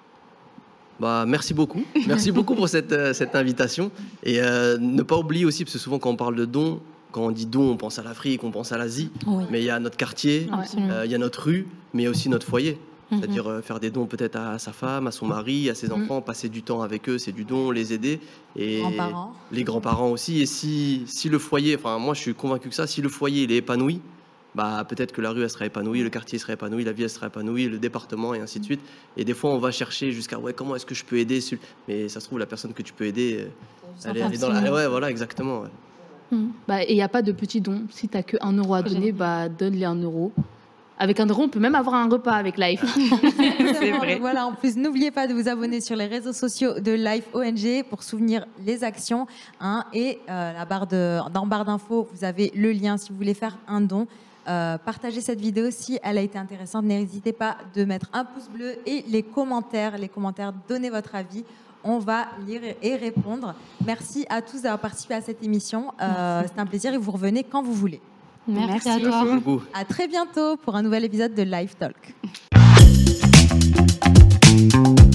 Merci beaucoup. Merci beaucoup pour cette invitation. Et ne pas oublier aussi, parce que souvent quand on parle de dons, quand on dit don, on pense à l'Afrique, on pense à l'Asie. Oui. Mais il y a notre quartier, il y a notre rue, mais il y a aussi notre foyer. C'est-à-dire faire des dons peut-être à sa femme, à son mari, à ses enfants, passer du temps avec eux, c'est du don, les aider. Et les grands-parents aussi. Et si le foyer, moi je suis convaincu que ça, si le foyer il est épanoui, peut-être que la rue elle sera épanouie, le quartier sera épanoui, la ville elle sera épanouie, le département et ainsi de suite. Et des fois on va chercher jusqu'à comment est-ce que je peux aider, mais ça se trouve la personne que tu peux aider, elle est dans la... Ouais, voilà, exactement. Ouais. Et il n'y a pas de petits dons. Si tu n'as que 1 € à donner, donne-les 1 €. Avec 1 €, on peut même avoir un repas avec Life. C'est vrai. Voilà, en plus, n'oubliez pas de vous abonner sur les réseaux sociaux de Life ONG pour soutenir les actions. Et dans barre d'infos, vous avez le lien si vous voulez faire un don. Partagez cette vidéo si elle a été intéressante. N'hésitez pas de mettre un pouce bleu et les commentaires, donnez votre avis. On va lire et répondre. Merci à tous d'avoir participé à cette émission. C'est un plaisir et vous revenez quand vous voulez. Merci à toi. À très bientôt pour un nouvel épisode de Live Talk.